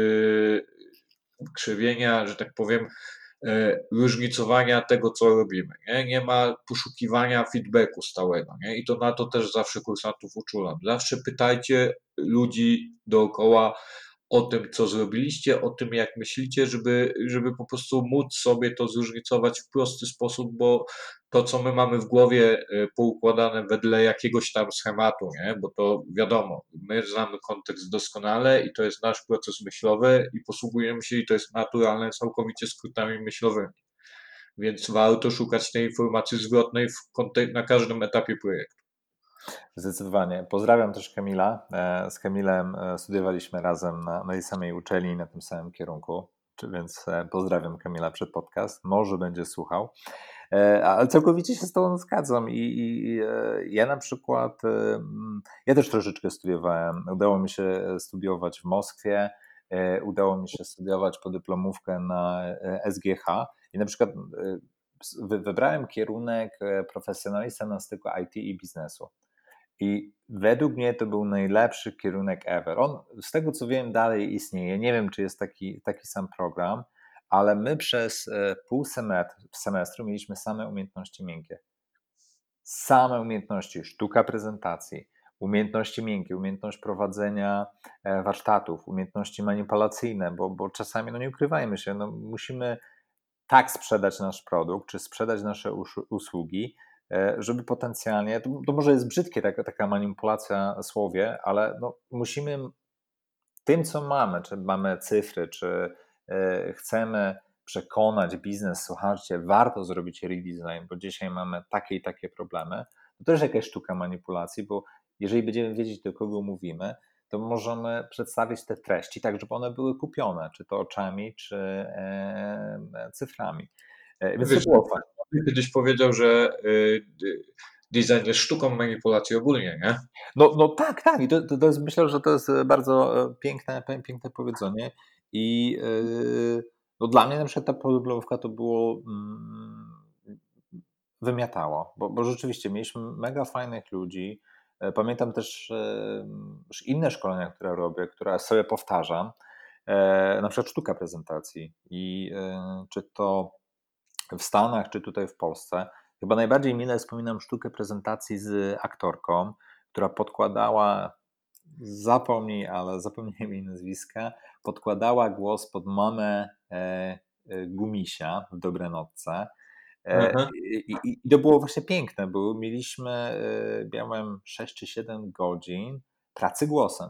krzywienia, że tak powiem, różnicowania tego, co robimy. Nie ma poszukiwania feedbacku stałego. Nie? I to na to też zawsze kursantów uczulam. Zawsze pytajcie ludzi dookoła o tym, co zrobiliście, o tym, jak myślicie, żeby po prostu móc sobie to zróżnicować w prosty sposób, bo to, co my mamy w głowie poukładane wedle jakiegoś tam schematu, nie? Bo to wiadomo, my znamy kontekst doskonale i to jest nasz proces myślowy i posługujemy się, i to jest naturalne, całkowicie skrótami myślowymi. Więc warto szukać tej informacji zwrotnej na każdym etapie projektu. Zdecydowanie. Pozdrawiam też Kamila. Z Kamilem studiowaliśmy razem na tej samej uczelni, na tym samym kierunku, więc pozdrawiam Kamila przed podcast. Może będzie słuchał. Ale całkowicie się z Tobą zgadzam i ja na przykład, ja też troszeczkę studiowałem. Udało mi się studiować w Moskwie, udało mi się studiować podyplomówkę na SGH i na przykład wybrałem kierunek profesjonalista na styku IT i biznesu. I według mnie to był najlepszy kierunek ever. On, z tego co wiem, dalej istnieje. Nie wiem, czy jest taki sam program, ale my przez pół semestru mieliśmy same umiejętności miękkie. Same umiejętności, sztuka prezentacji, umiejętności miękkie, umiejętność prowadzenia warsztatów, umiejętności manipulacyjne, bo czasami, no nie ukrywajmy się, no musimy tak sprzedać nasz produkt, czy sprzedać nasze usługi, żeby potencjalnie, to może jest brzydkie taka manipulacja słowie, ale no musimy tym, co mamy, czy mamy cyfry, czy chcemy przekonać biznes, słuchajcie, warto zrobić redesign, bo dzisiaj mamy takie i takie problemy, to też jakaś sztuka manipulacji, bo jeżeli będziemy wiedzieć, do kogo mówimy, to możemy przedstawić te treści tak, żeby one były kupione, czy to oczami, czy cyframi. Więc to Wiesz, było fajne. kiedyś powiedział, że design jest sztuką manipulacji ogólnie, nie? No tak. I to jest, myślę, że to jest bardzo piękne powiedzenie. I no dla mnie na przykład ta podyplomówka to było wymiatało, bo rzeczywiście mieliśmy mega fajnych ludzi. Pamiętam też inne szkolenia, które robię, które sobie powtarzam, na przykład sztuka prezentacji i czy to w Stanach, czy tutaj w Polsce. Chyba najbardziej mile wspominam sztukę prezentacji z aktorką, która podkładała, zapomnij, ale zapomniałem jej nazwiska, podkładała głos pod mamę Gumisia w Dobrenocce. Aha. I to było właśnie piękne, bo miałem 6 czy 7 godzin pracy głosem,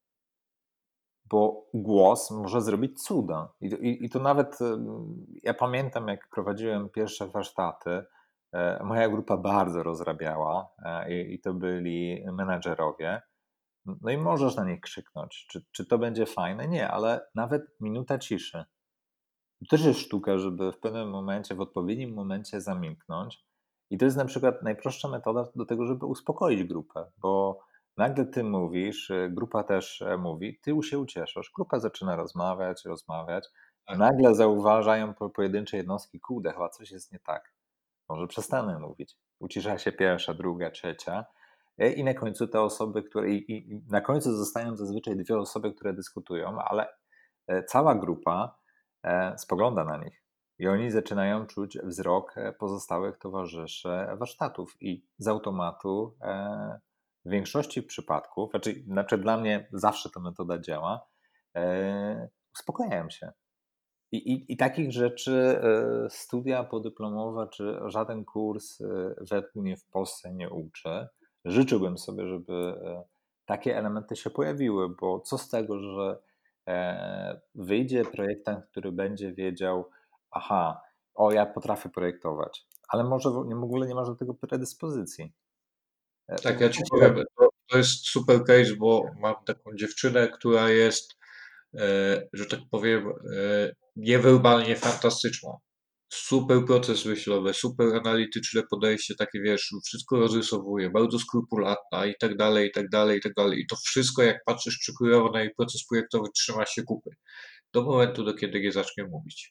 bo głos może zrobić cuda. I to nawet, ja pamiętam, jak prowadziłem pierwsze warsztaty, moja grupa bardzo rozrabiała i to byli menadżerowie. No i możesz na nich krzyknąć, czy to będzie fajne? Nie, ale nawet minuta ciszy. To też jest sztuka, żeby w pewnym momencie, w odpowiednim momencie zamilknąć. I to jest na przykład najprostsza metoda do tego, żeby uspokoić grupę, bo nagle ty mówisz, grupa też mówi, ty się ucieszysz, grupa zaczyna rozmawiać, rozmawiać, Tak. nagle zauważają pojedyncze jednostki, kurde, chyba coś jest nie tak, może przestanę mówić. Ucisza się pierwsza, druga, trzecia i na końcu te osoby, i na końcu zostają zazwyczaj dwie osoby, które dyskutują, ale cała grupa spogląda na nich i oni zaczynają czuć wzrok pozostałych towarzyszy warsztatów i z automatu w większości przypadków, znaczy dla mnie zawsze ta metoda działa, uspokajają się. I takich rzeczy studia podyplomowe czy żaden kurs według mnie w Polsce nie uczy. Życzyłbym sobie, żeby takie elementy się pojawiły, bo co z tego, że wyjdzie projektant, który będzie wiedział, aha, o ja potrafię projektować, ale może w ogóle nie masz do tego predyspozycji. Tak, ja ci powiem, to jest super case, bo mam taką dziewczynę, która jest, że tak powiem, niewerbalnie fantastyczną. Super proces myślowy, super analityczne podejście, takie wiesz, wszystko rozrysowuje, bardzo skrupulatna i tak dalej, i tak dalej, i tak dalej. I to wszystko, jak patrzysz przykładowo na jej proces projektowy, trzyma się kupy. Do momentu, do kiedy nie zacznie mówić.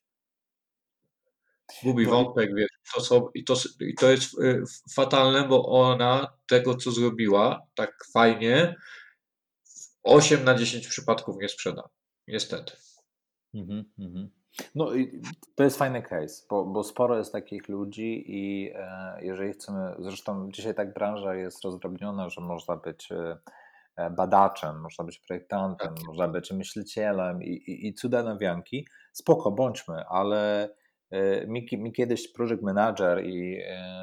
Gubi No i wątek, wiesz, i to jest fatalne, bo ona tego, co zrobiła tak fajnie, 8 na 10 przypadków nie sprzeda. Niestety. mhm, mhm. No i to jest fajny case, bo sporo jest takich ludzi i jeżeli chcemy, zresztą dzisiaj tak branża jest rozdrobniona, że można być badaczem, można być projektantem, Tak. można być myślicielem i cuda nawianki. Spoko, bądźmy, ale mi kiedyś project manager i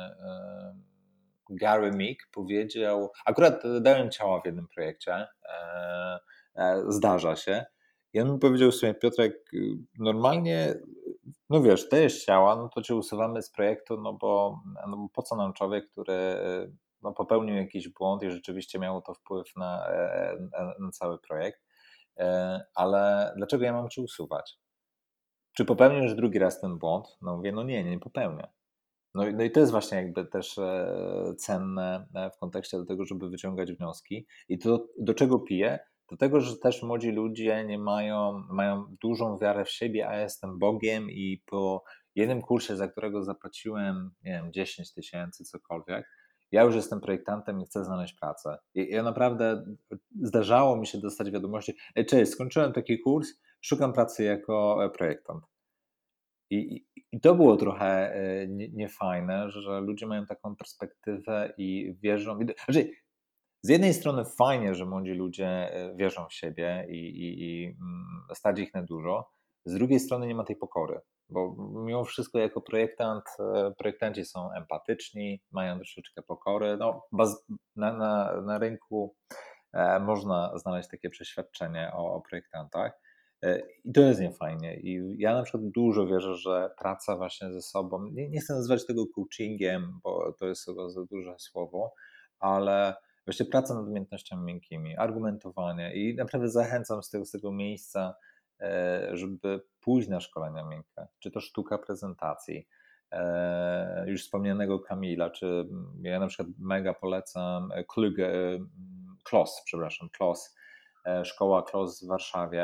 Gary Meek powiedział, akurat dałem ciała w jednym projekcie, zdarza się, i on mi powiedział w sumie, Piotrek, normalnie, no wiesz, dajesz ciała, no to cię usuwamy z projektu, no bo po co nam człowiek, który no, popełnił jakiś błąd i rzeczywiście miało to wpływ na cały projekt, ale dlaczego ja mam cię usuwać? Czy popełnisz drugi raz ten błąd? No mówię, no nie popełnię. No i to jest właśnie jakby też cenne w kontekście do tego, żeby wyciągać wnioski. I to do czego piję? Do tego, że też młodzi ludzie nie mają dużą wiarę w siebie, a ja jestem Bogiem i po jednym kursie, za którego zapłaciłem, nie wiem, 10 000, cokolwiek, ja już jestem projektantem i chcę znaleźć pracę. I ja naprawdę zdarzało mi się dostać wiadomości: cześć, skończyłem taki kurs, szukam pracy jako projektant. I to było trochę niefajne, że ludzie mają taką perspektywę i wierzą. Znaczy, z jednej strony fajnie, że młodzi ludzie wierzą w siebie i stać ich na dużo, z drugiej strony nie ma tej pokory, bo mimo wszystko jako projektanci są empatyczni, mają troszeczkę pokory. No, na rynku można znaleźć takie przeświadczenie o projektantach. I to jest niefajnie. I ja na przykład dużo wierzę, że praca właśnie ze sobą, nie chcę nazywać tego coachingiem, bo to jest chyba za duże słowo, ale właśnie praca nad umiejętnościami miękkimi, argumentowanie i naprawdę zachęcam z tego miejsca, żeby pójść na szkolenia miękkie, czy to sztuka prezentacji, już wspomnianego Kamila, czy ja na przykład mega polecam Kloss, szkoła Kloss w Warszawie.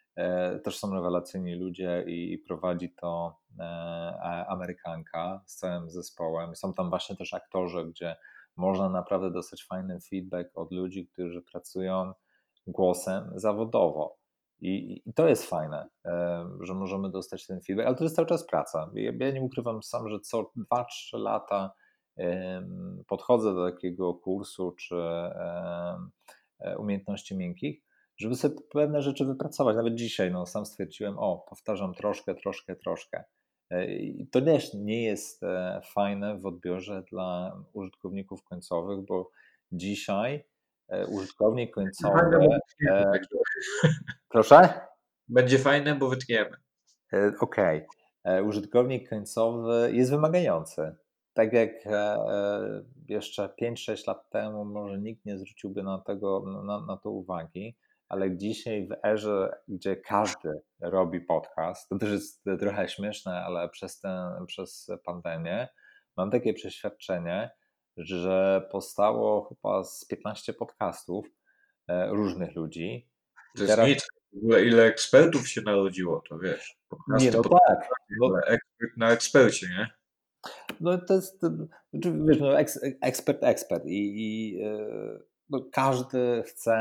Też są rewelacyjni ludzie i prowadzi to Amerykanka z całym zespołem. Są tam właśnie też aktorzy, gdzie można naprawdę dostać fajny feedback od ludzi, którzy pracują głosem zawodowo. I to jest fajne, że możemy dostać ten feedback, ale to jest cały czas praca. Ja nie ukrywam sam, że co 2-3 lata podchodzę do takiego kursu czy umiejętności miękkich, żeby sobie pewne rzeczy wypracować. Nawet dzisiaj, no, sam stwierdziłem, powtarzam troszkę. I to też nie jest fajne w odbiorze dla użytkowników końcowych, bo dzisiaj użytkownik Fajne, końcowy. bo wytniemy, e, także Proszę? będzie fajne, bo wytniemy. Okej. Użytkownik końcowy jest wymagający. Tak jak jeszcze 5-6 lat temu może nikt nie zwróciłby na to uwagi, ale dzisiaj w erze, gdzie każdy robi podcast, to też jest trochę śmieszne, ale przez pandemię mam takie przeświadczenie, że powstało chyba z 15 podcastów różnych ludzi i To jest teraz nic. W ogóle ile ekspertów się narodziło, to wiesz, nie, podcasty no tak. podcastami, ale ekspert na ekspercie, nie? No to jest, znaczy, wiesz, no ekspert no każdy chce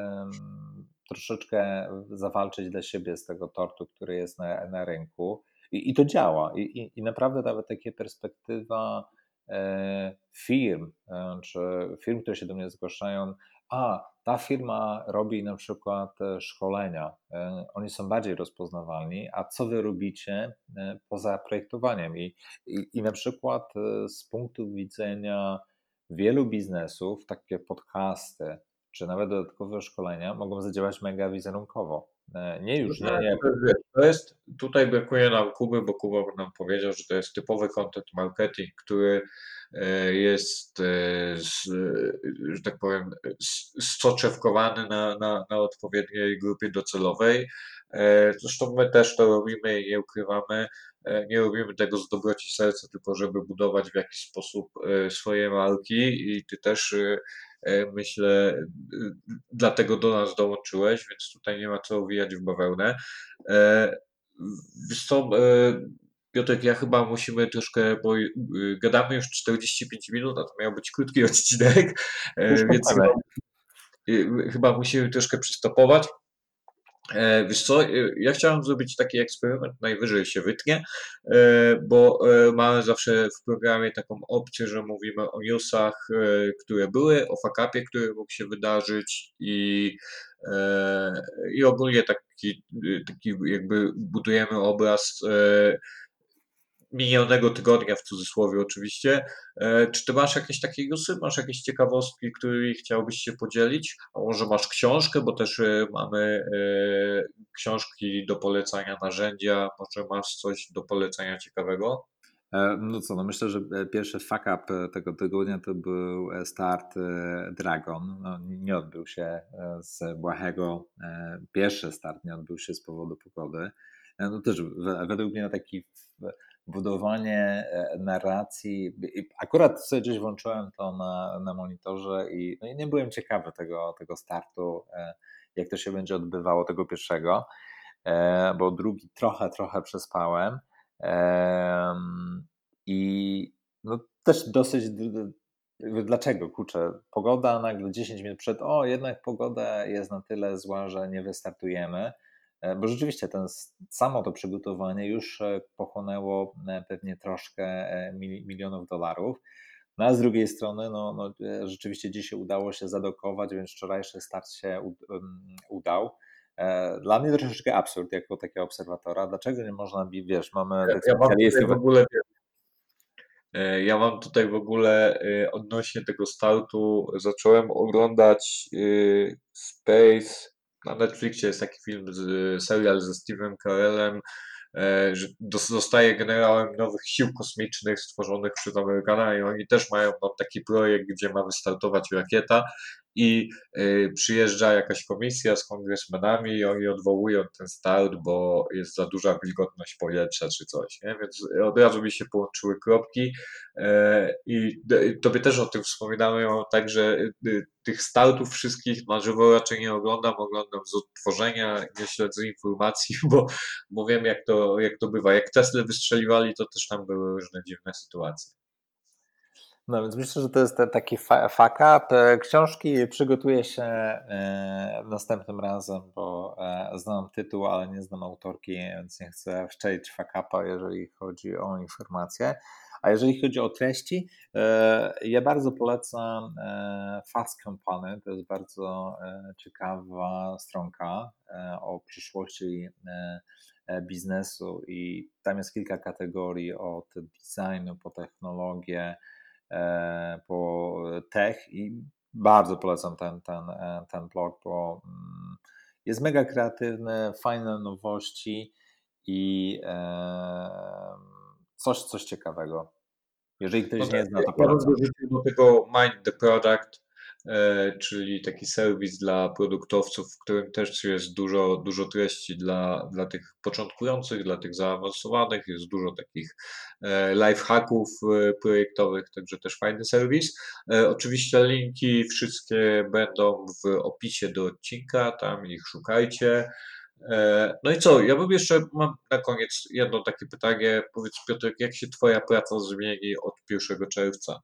troszeczkę zawalczyć dla siebie z tego tortu, który jest na rynku i to działa. I naprawdę nawet takie perspektywa firm, czy firm, które się do mnie zgłaszają, ta firma robi na przykład szkolenia, oni są bardziej rozpoznawalni, a co wy robicie poza projektowaniem? I na przykład z punktu widzenia wielu biznesów, takie podcasty, czy nawet dodatkowe szkolenia mogą zadziałać mega wizerunkowo. Nie No już, tak, nie. to jest, wiesz, to jest, tutaj brakuje nam Kuby, bo Kuba nam powiedział, że to jest typowy content marketing, który jest, że tak powiem, soczewkowany na odpowiedniej grupie docelowej. Zresztą my też to robimy i nie ukrywamy. Nie robimy tego z dobroci serca, tylko żeby budować w jakiś sposób swoje marki i ty też myślę, dlatego do nas dołączyłeś, więc tutaj nie ma co owijać w bawełnę. E, Wiesz co, Piotrek, ja chyba musimy troszkę, bo gadamy już 45 minut, a to miał być krótki odcinek, Już więc możemy. chyba musimy troszkę przystopować. Wiesz co, ja chciałem zrobić taki eksperyment, najwyżej się wytnie, bo mamy zawsze w programie taką opcję, że mówimy o newsach, które były, o fuck-upie, który mógł się wydarzyć e, i ogólnie taki jakby budujemy obraz minionego tygodnia, w cudzysłowie oczywiście. Czy ty masz jakieś takie newsy, masz jakieś ciekawostki, którymi chciałbyś się podzielić? A może masz książkę, bo też mamy książki do polecania, narzędzia, może masz coś do polecenia ciekawego? No co, no myślę, że pierwszy fuck up tego tygodnia to był start Dragon. No, nie odbył się z błahego. Pierwszy start nie odbył się z powodu pogody. No też według mnie taki budowanie narracji. Akurat sobie gdzieś włączyłem to na monitorze i nie byłem ciekawy tego startu, jak to się będzie odbywało, tego pierwszego, bo drugi trochę przespałem. I no też dosyć. Dlaczego? Kurczę, pogoda nagle 10 minut przed, jednak pogoda jest na tyle zła, że nie wystartujemy, bo rzeczywiście samo to przygotowanie już pochłonęło pewnie troszkę milionów dolarów. No a z drugiej strony, rzeczywiście dzisiaj udało się zadokować, więc wczorajszy start się udał. Dla mnie troszeczkę absurd jako takiego obserwatora. Dlaczego nie można, wiesz, mamy tych Ja mam tutaj specjalistów. w ogóle Ja mam tutaj w ogóle odnośnie tego startu, zacząłem oglądać Space. Na Netflixie jest taki serial ze Steve'em Carellem, że zostaje generałem nowych sił kosmicznych stworzonych przez Amerykana i oni też mają taki projekt, gdzie ma wystartować rakieta i przyjeżdża jakaś komisja z kongresmenami i oni odwołują ten start, bo jest za duża wilgotność powietrza czy coś, nie? Więc od razu mi się połączyły kropki i tobie też o tym wspominałem, także tych startów wszystkich na żywo raczej nie oglądam, oglądam z odtworzenia, nie śledzę informacji, bo wiem jak to bywa. Jak Tesla wystrzeliwali, to też tam były różne dziwne sytuacje. No więc myślę, że to jest taki fuck up. Książki przygotuję się następnym razem, bo znam tytuł, ale nie znam autorki, więc nie chcę wszczelić fuck upa, jeżeli chodzi o informacje. A jeżeli chodzi o treści, ja bardzo polecam Fast Company. To jest bardzo ciekawa stronka o przyszłości biznesu i tam jest kilka kategorii od designu po technologię, po tech i bardzo polecam ten blog, bo jest mega kreatywny, fajne nowości i coś ciekawego. Jeżeli No ktoś tak, nie zna, to ja bym polecam. dorzucił do tego Mind the Product, czyli taki serwis dla produktowców, w którym też jest dużo treści dla tych początkujących, dla tych zaawansowanych, jest dużo takich lifehacków projektowych, także też fajny serwis. Oczywiście linki wszystkie będą w opisie do odcinka, tam ich szukajcie. No i co? Ja bym jeszcze mam na koniec jedno takie pytanie. Powiedz Piotrek, jak się Twoja praca zmieni od 1 czerwca?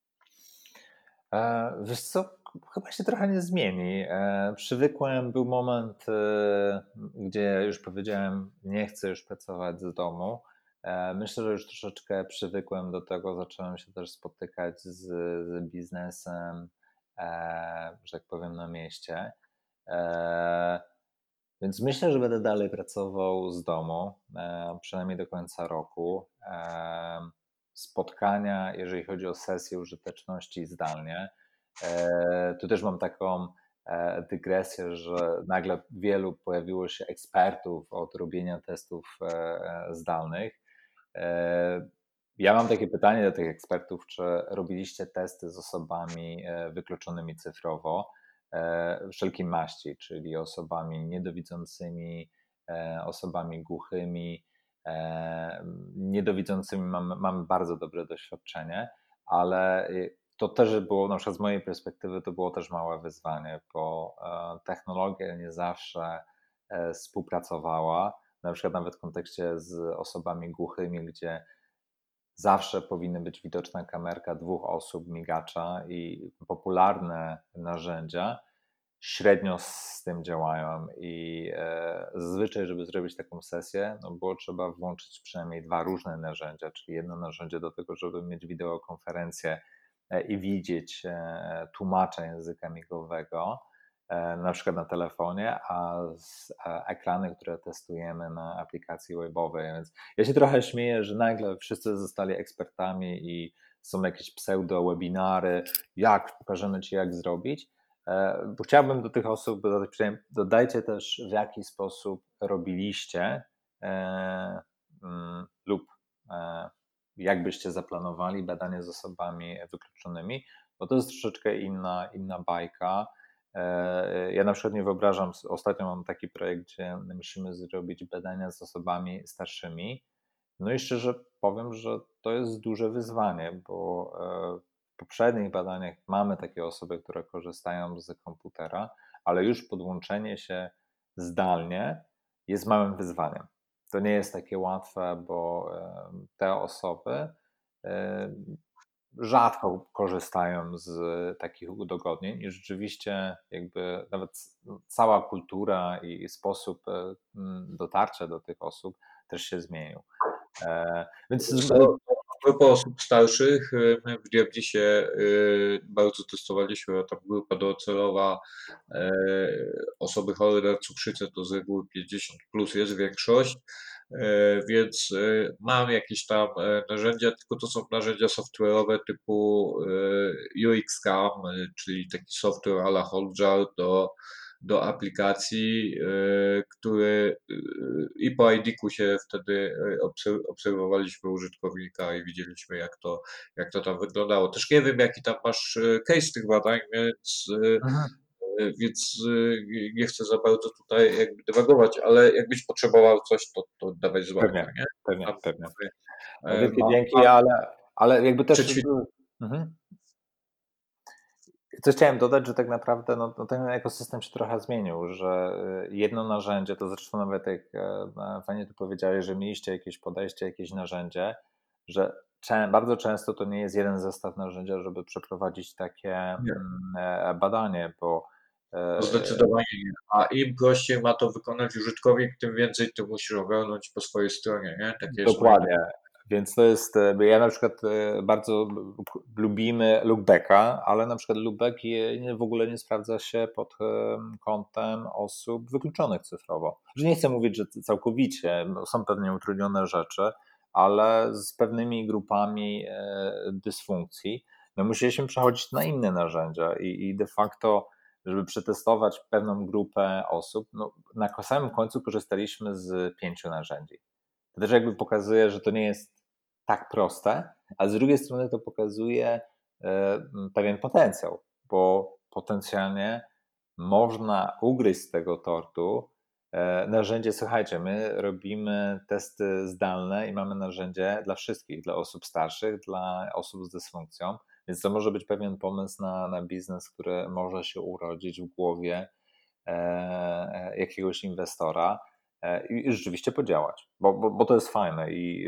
Wiesz co, chyba się trochę nie zmieni. Przywykłem, był moment, gdzie już powiedziałem, nie chcę już pracować z domu. Myślę, że już troszeczkę przywykłem do tego, zacząłem się też spotykać z biznesem, że tak powiem, na mieście. E, Więc myślę, że będę dalej pracował z domu, przynajmniej do końca roku. Spotkania, jeżeli chodzi o sesje użyteczności zdalnie. Tu też mam taką dygresję, że nagle wielu pojawiło się ekspertów od robienia testów zdalnych. E, Ja mam takie pytanie do tych ekspertów, czy robiliście testy z osobami wykluczonymi cyfrowo, wszelkiej maści, czyli osobami niedowidzącymi, osobami głuchymi, niedowidzącymi mamy bardzo dobre doświadczenie, ale to też było, na przykład z mojej perspektywy, to było też małe wyzwanie, bo technologia nie zawsze współpracowała, na przykład nawet w kontekście z osobami głuchymi, gdzie zawsze powinny być widoczna kamerka 2 osób, migacza i popularne narzędzia średnio z tym działają i zazwyczaj, żeby zrobić taką sesję, no było trzeba włączyć przynajmniej 2 różne narzędzia, czyli jedno narzędzie do tego, żeby mieć wideokonferencję i widzieć tłumacza języka migowego, na przykład na telefonie, a ekrany, które testujemy na aplikacji webowej, więc ja się trochę śmieję, że nagle wszyscy zostali ekspertami i są jakieś pseudo-webinary, jak, pokażemy Ci jak zrobić, bo chciałbym do tych osób dodać, dodajcie też w jaki sposób robiliście lub jak byście zaplanowali badanie z osobami wykluczonymi, bo to jest troszeczkę inna bajka. Ja na przykład nie wyobrażam, ostatnio mam taki projekt, gdzie musimy zrobić badania z osobami starszymi. No i szczerze powiem, że to jest duże wyzwanie, bo w poprzednich badaniach mamy takie osoby, które korzystają z komputera, ale już podłączenie się zdalnie jest małym wyzwaniem. To nie jest takie łatwe, bo te osoby e, rzadko korzystają z takich udogodnień i rzeczywiście jakby nawet cała kultura i sposób dotarcia do tych osób też się zmienił. Więc Wiesz co, a propos osób starszych, my w Diabdzisie bardzo testowaliśmy, tam grupa docelowa, osoby chore na cukrzycę to z reguły 50 plus jest większość, więc mam jakieś tam narzędzia, tylko to są narzędzia software'owe typu UXCAM, czyli taki software a la Hotjar do aplikacji, który i po ID-ku się wtedy obserwowaliśmy użytkownika i widzieliśmy, jak to tam wyglądało. Też nie wiem, jaki tam masz case tych badań, Mhm. więc nie chcę za bardzo tutaj jakby dywagować, ale jakbyś potrzebował coś, to dawaj znać, Pewnie, nie? pewnie, Tam pewnie. Wielkie mamy dzięki, ale jakby też. przećwiczenia. Mhm. Coś chciałem dodać, że tak naprawdę ten ekosystem się trochę zmienił, że jedno narzędzie, to zresztą nawet jak fajnie tu powiedziałeś, że mieliście jakieś podejście, jakieś narzędzie, że bardzo często to nie jest jeden zestaw narzędzia, żeby przeprowadzić takie badanie, bo No e, zdecydowanie nie. A im prościej ma to wykonać użytkownik, tym więcej ty musisz ogarnąć po swojej stronie, nie? Takie jest moje dokładnie. Więc to jest, ja na przykład bardzo lubimy Lookbacka, ale na przykład Lookback w ogóle nie sprawdza się pod kątem osób wykluczonych cyfrowo. Że nie chcę mówić, że całkowicie, są pewnie utrudnione rzeczy, ale z pewnymi grupami dysfunkcji, my musieliśmy przechodzić na inne narzędzia i de facto, żeby przetestować pewną grupę osób, na samym końcu korzystaliśmy z 5 narzędzi. To też jakby pokazuje, że to nie jest tak proste, a z drugiej strony to pokazuje pewien potencjał, bo potencjalnie można ugryźć z tego tortu narzędzie. Słuchajcie, my robimy testy zdalne i mamy narzędzie dla wszystkich, dla osób starszych, dla osób z dysfunkcją, więc to może być pewien pomysł na biznes, który może się urodzić w głowie jakiegoś inwestora i rzeczywiście podziałać, bo to jest fajne i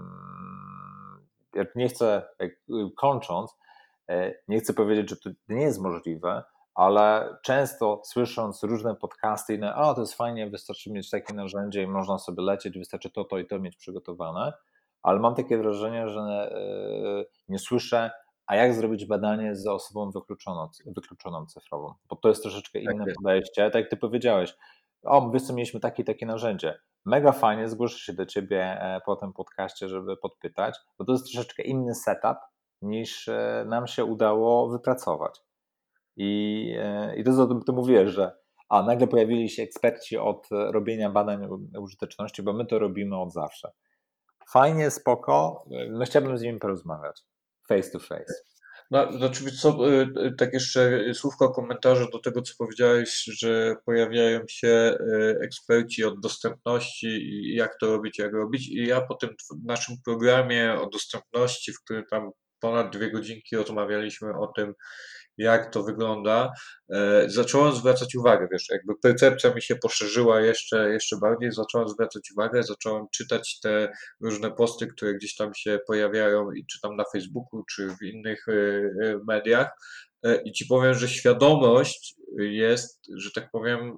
jak nie chcę, kończąc, nie chcę powiedzieć, że to nie jest możliwe, ale często słysząc różne podcasty, to jest fajnie, wystarczy mieć takie narzędzie i można sobie lecieć, wystarczy to i to mieć przygotowane, ale mam takie wrażenie, że nie słyszę, a jak zrobić badanie z osobą wykluczoną cyfrową, bo to jest troszeczkę tak inne jest. podejście, tak jak ty powiedziałeś, wiesz co, mieliśmy takie narzędzie, mega fajnie, zgłoszę się do ciebie po tym podcaście, żeby podpytać, bo to jest troszeczkę inny setup niż nam się udało wypracować. I to, co ty mówiłeś, że nagle pojawili się eksperci od robienia badań użyteczności, bo my to robimy od zawsze. Fajnie, spoko, no chciałbym z nimi porozmawiać. Face to face. No, znaczy, wiesz co, tak jeszcze słówko komentarza do tego, co powiedziałeś, że pojawiają się eksperci od dostępności i jak to robić, jak robić. I ja po tym naszym programie o dostępności, w którym tam ponad 2 godzinki rozmawialiśmy o tym, jak to wygląda, zacząłem zwracać uwagę, wiesz, jakby percepcja mi się poszerzyła jeszcze bardziej, zacząłem zwracać uwagę, zacząłem czytać te różne posty, które gdzieś tam się pojawiają i czy tam na Facebooku, czy w innych mediach. I ci powiem, że świadomość jest, że tak powiem,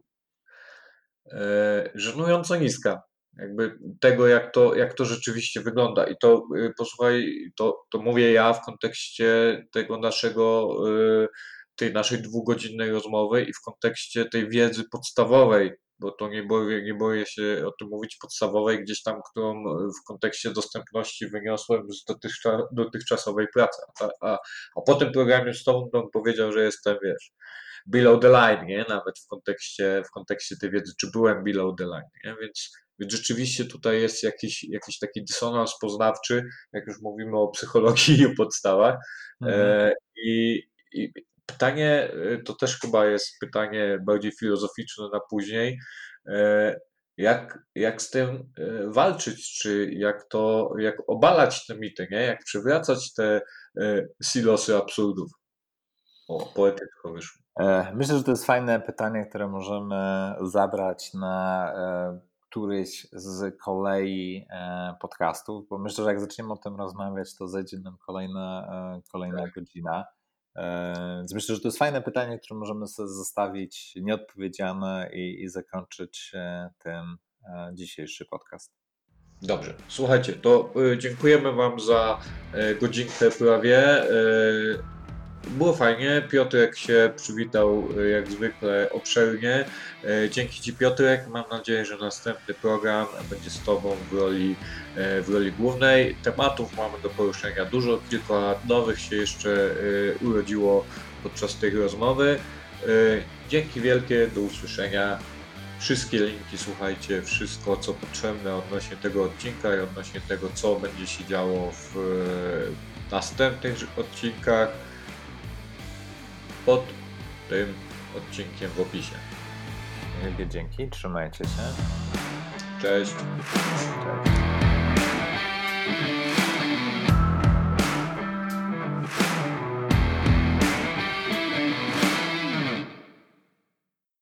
żenująco niska. Jakby tego, jak to rzeczywiście wygląda. I to posłuchaj, to mówię ja w kontekście tego tej naszej 2 godzinnej rozmowy i w kontekście tej wiedzy podstawowej, bo to nie boję się o tym mówić, podstawowej gdzieś tam, którą w kontekście dostępności wyniosłem z dotychczasowej pracy. A po tym programie z tobą bym powiedział, że jestem, wiesz, below the line, nie? Nawet w kontekście tej wiedzy, czy byłem below the line, nie? Więc rzeczywiście tutaj jest jakiś taki dysonans poznawczy, jak już mówimy o psychologii i o podstawach. Mhm. E, i, I pytanie, to też chyba jest pytanie bardziej filozoficzne na później, jak z tym walczyć, czy jak obalać te mity, nie? Jak przywracać te silosy absurdów. O, poetycko wyszło. Myślę, że to jest fajne pytanie, które możemy zabrać na któryś z kolei podcastów, bo myślę, że jak zaczniemy o tym rozmawiać, to zejdzie nam kolejna godzina. Więc myślę, że to jest fajne pytanie, które możemy sobie zostawić nieodpowiedziane i zakończyć tym dzisiejszy podcast. Dobrze, słuchajcie, to dziękujemy Wam za godzinkę prawie. Było fajnie. Piotrek się przywitał jak zwykle obszernie. Dzięki Ci, Piotrek. Mam nadzieję, że następny program będzie z Tobą w roli głównej. Tematów mamy do poruszenia dużo, kilka nowych się jeszcze urodziło podczas tej rozmowy. Dzięki wielkie, do usłyszenia. Wszystkie linki, słuchajcie, wszystko co potrzebne odnośnie tego odcinka i odnośnie tego, co będzie się działo w następnych odcinkach, pod tym odcinkiem w opisie. Wielkie dzięki, trzymajcie się. Cześć. Cześć.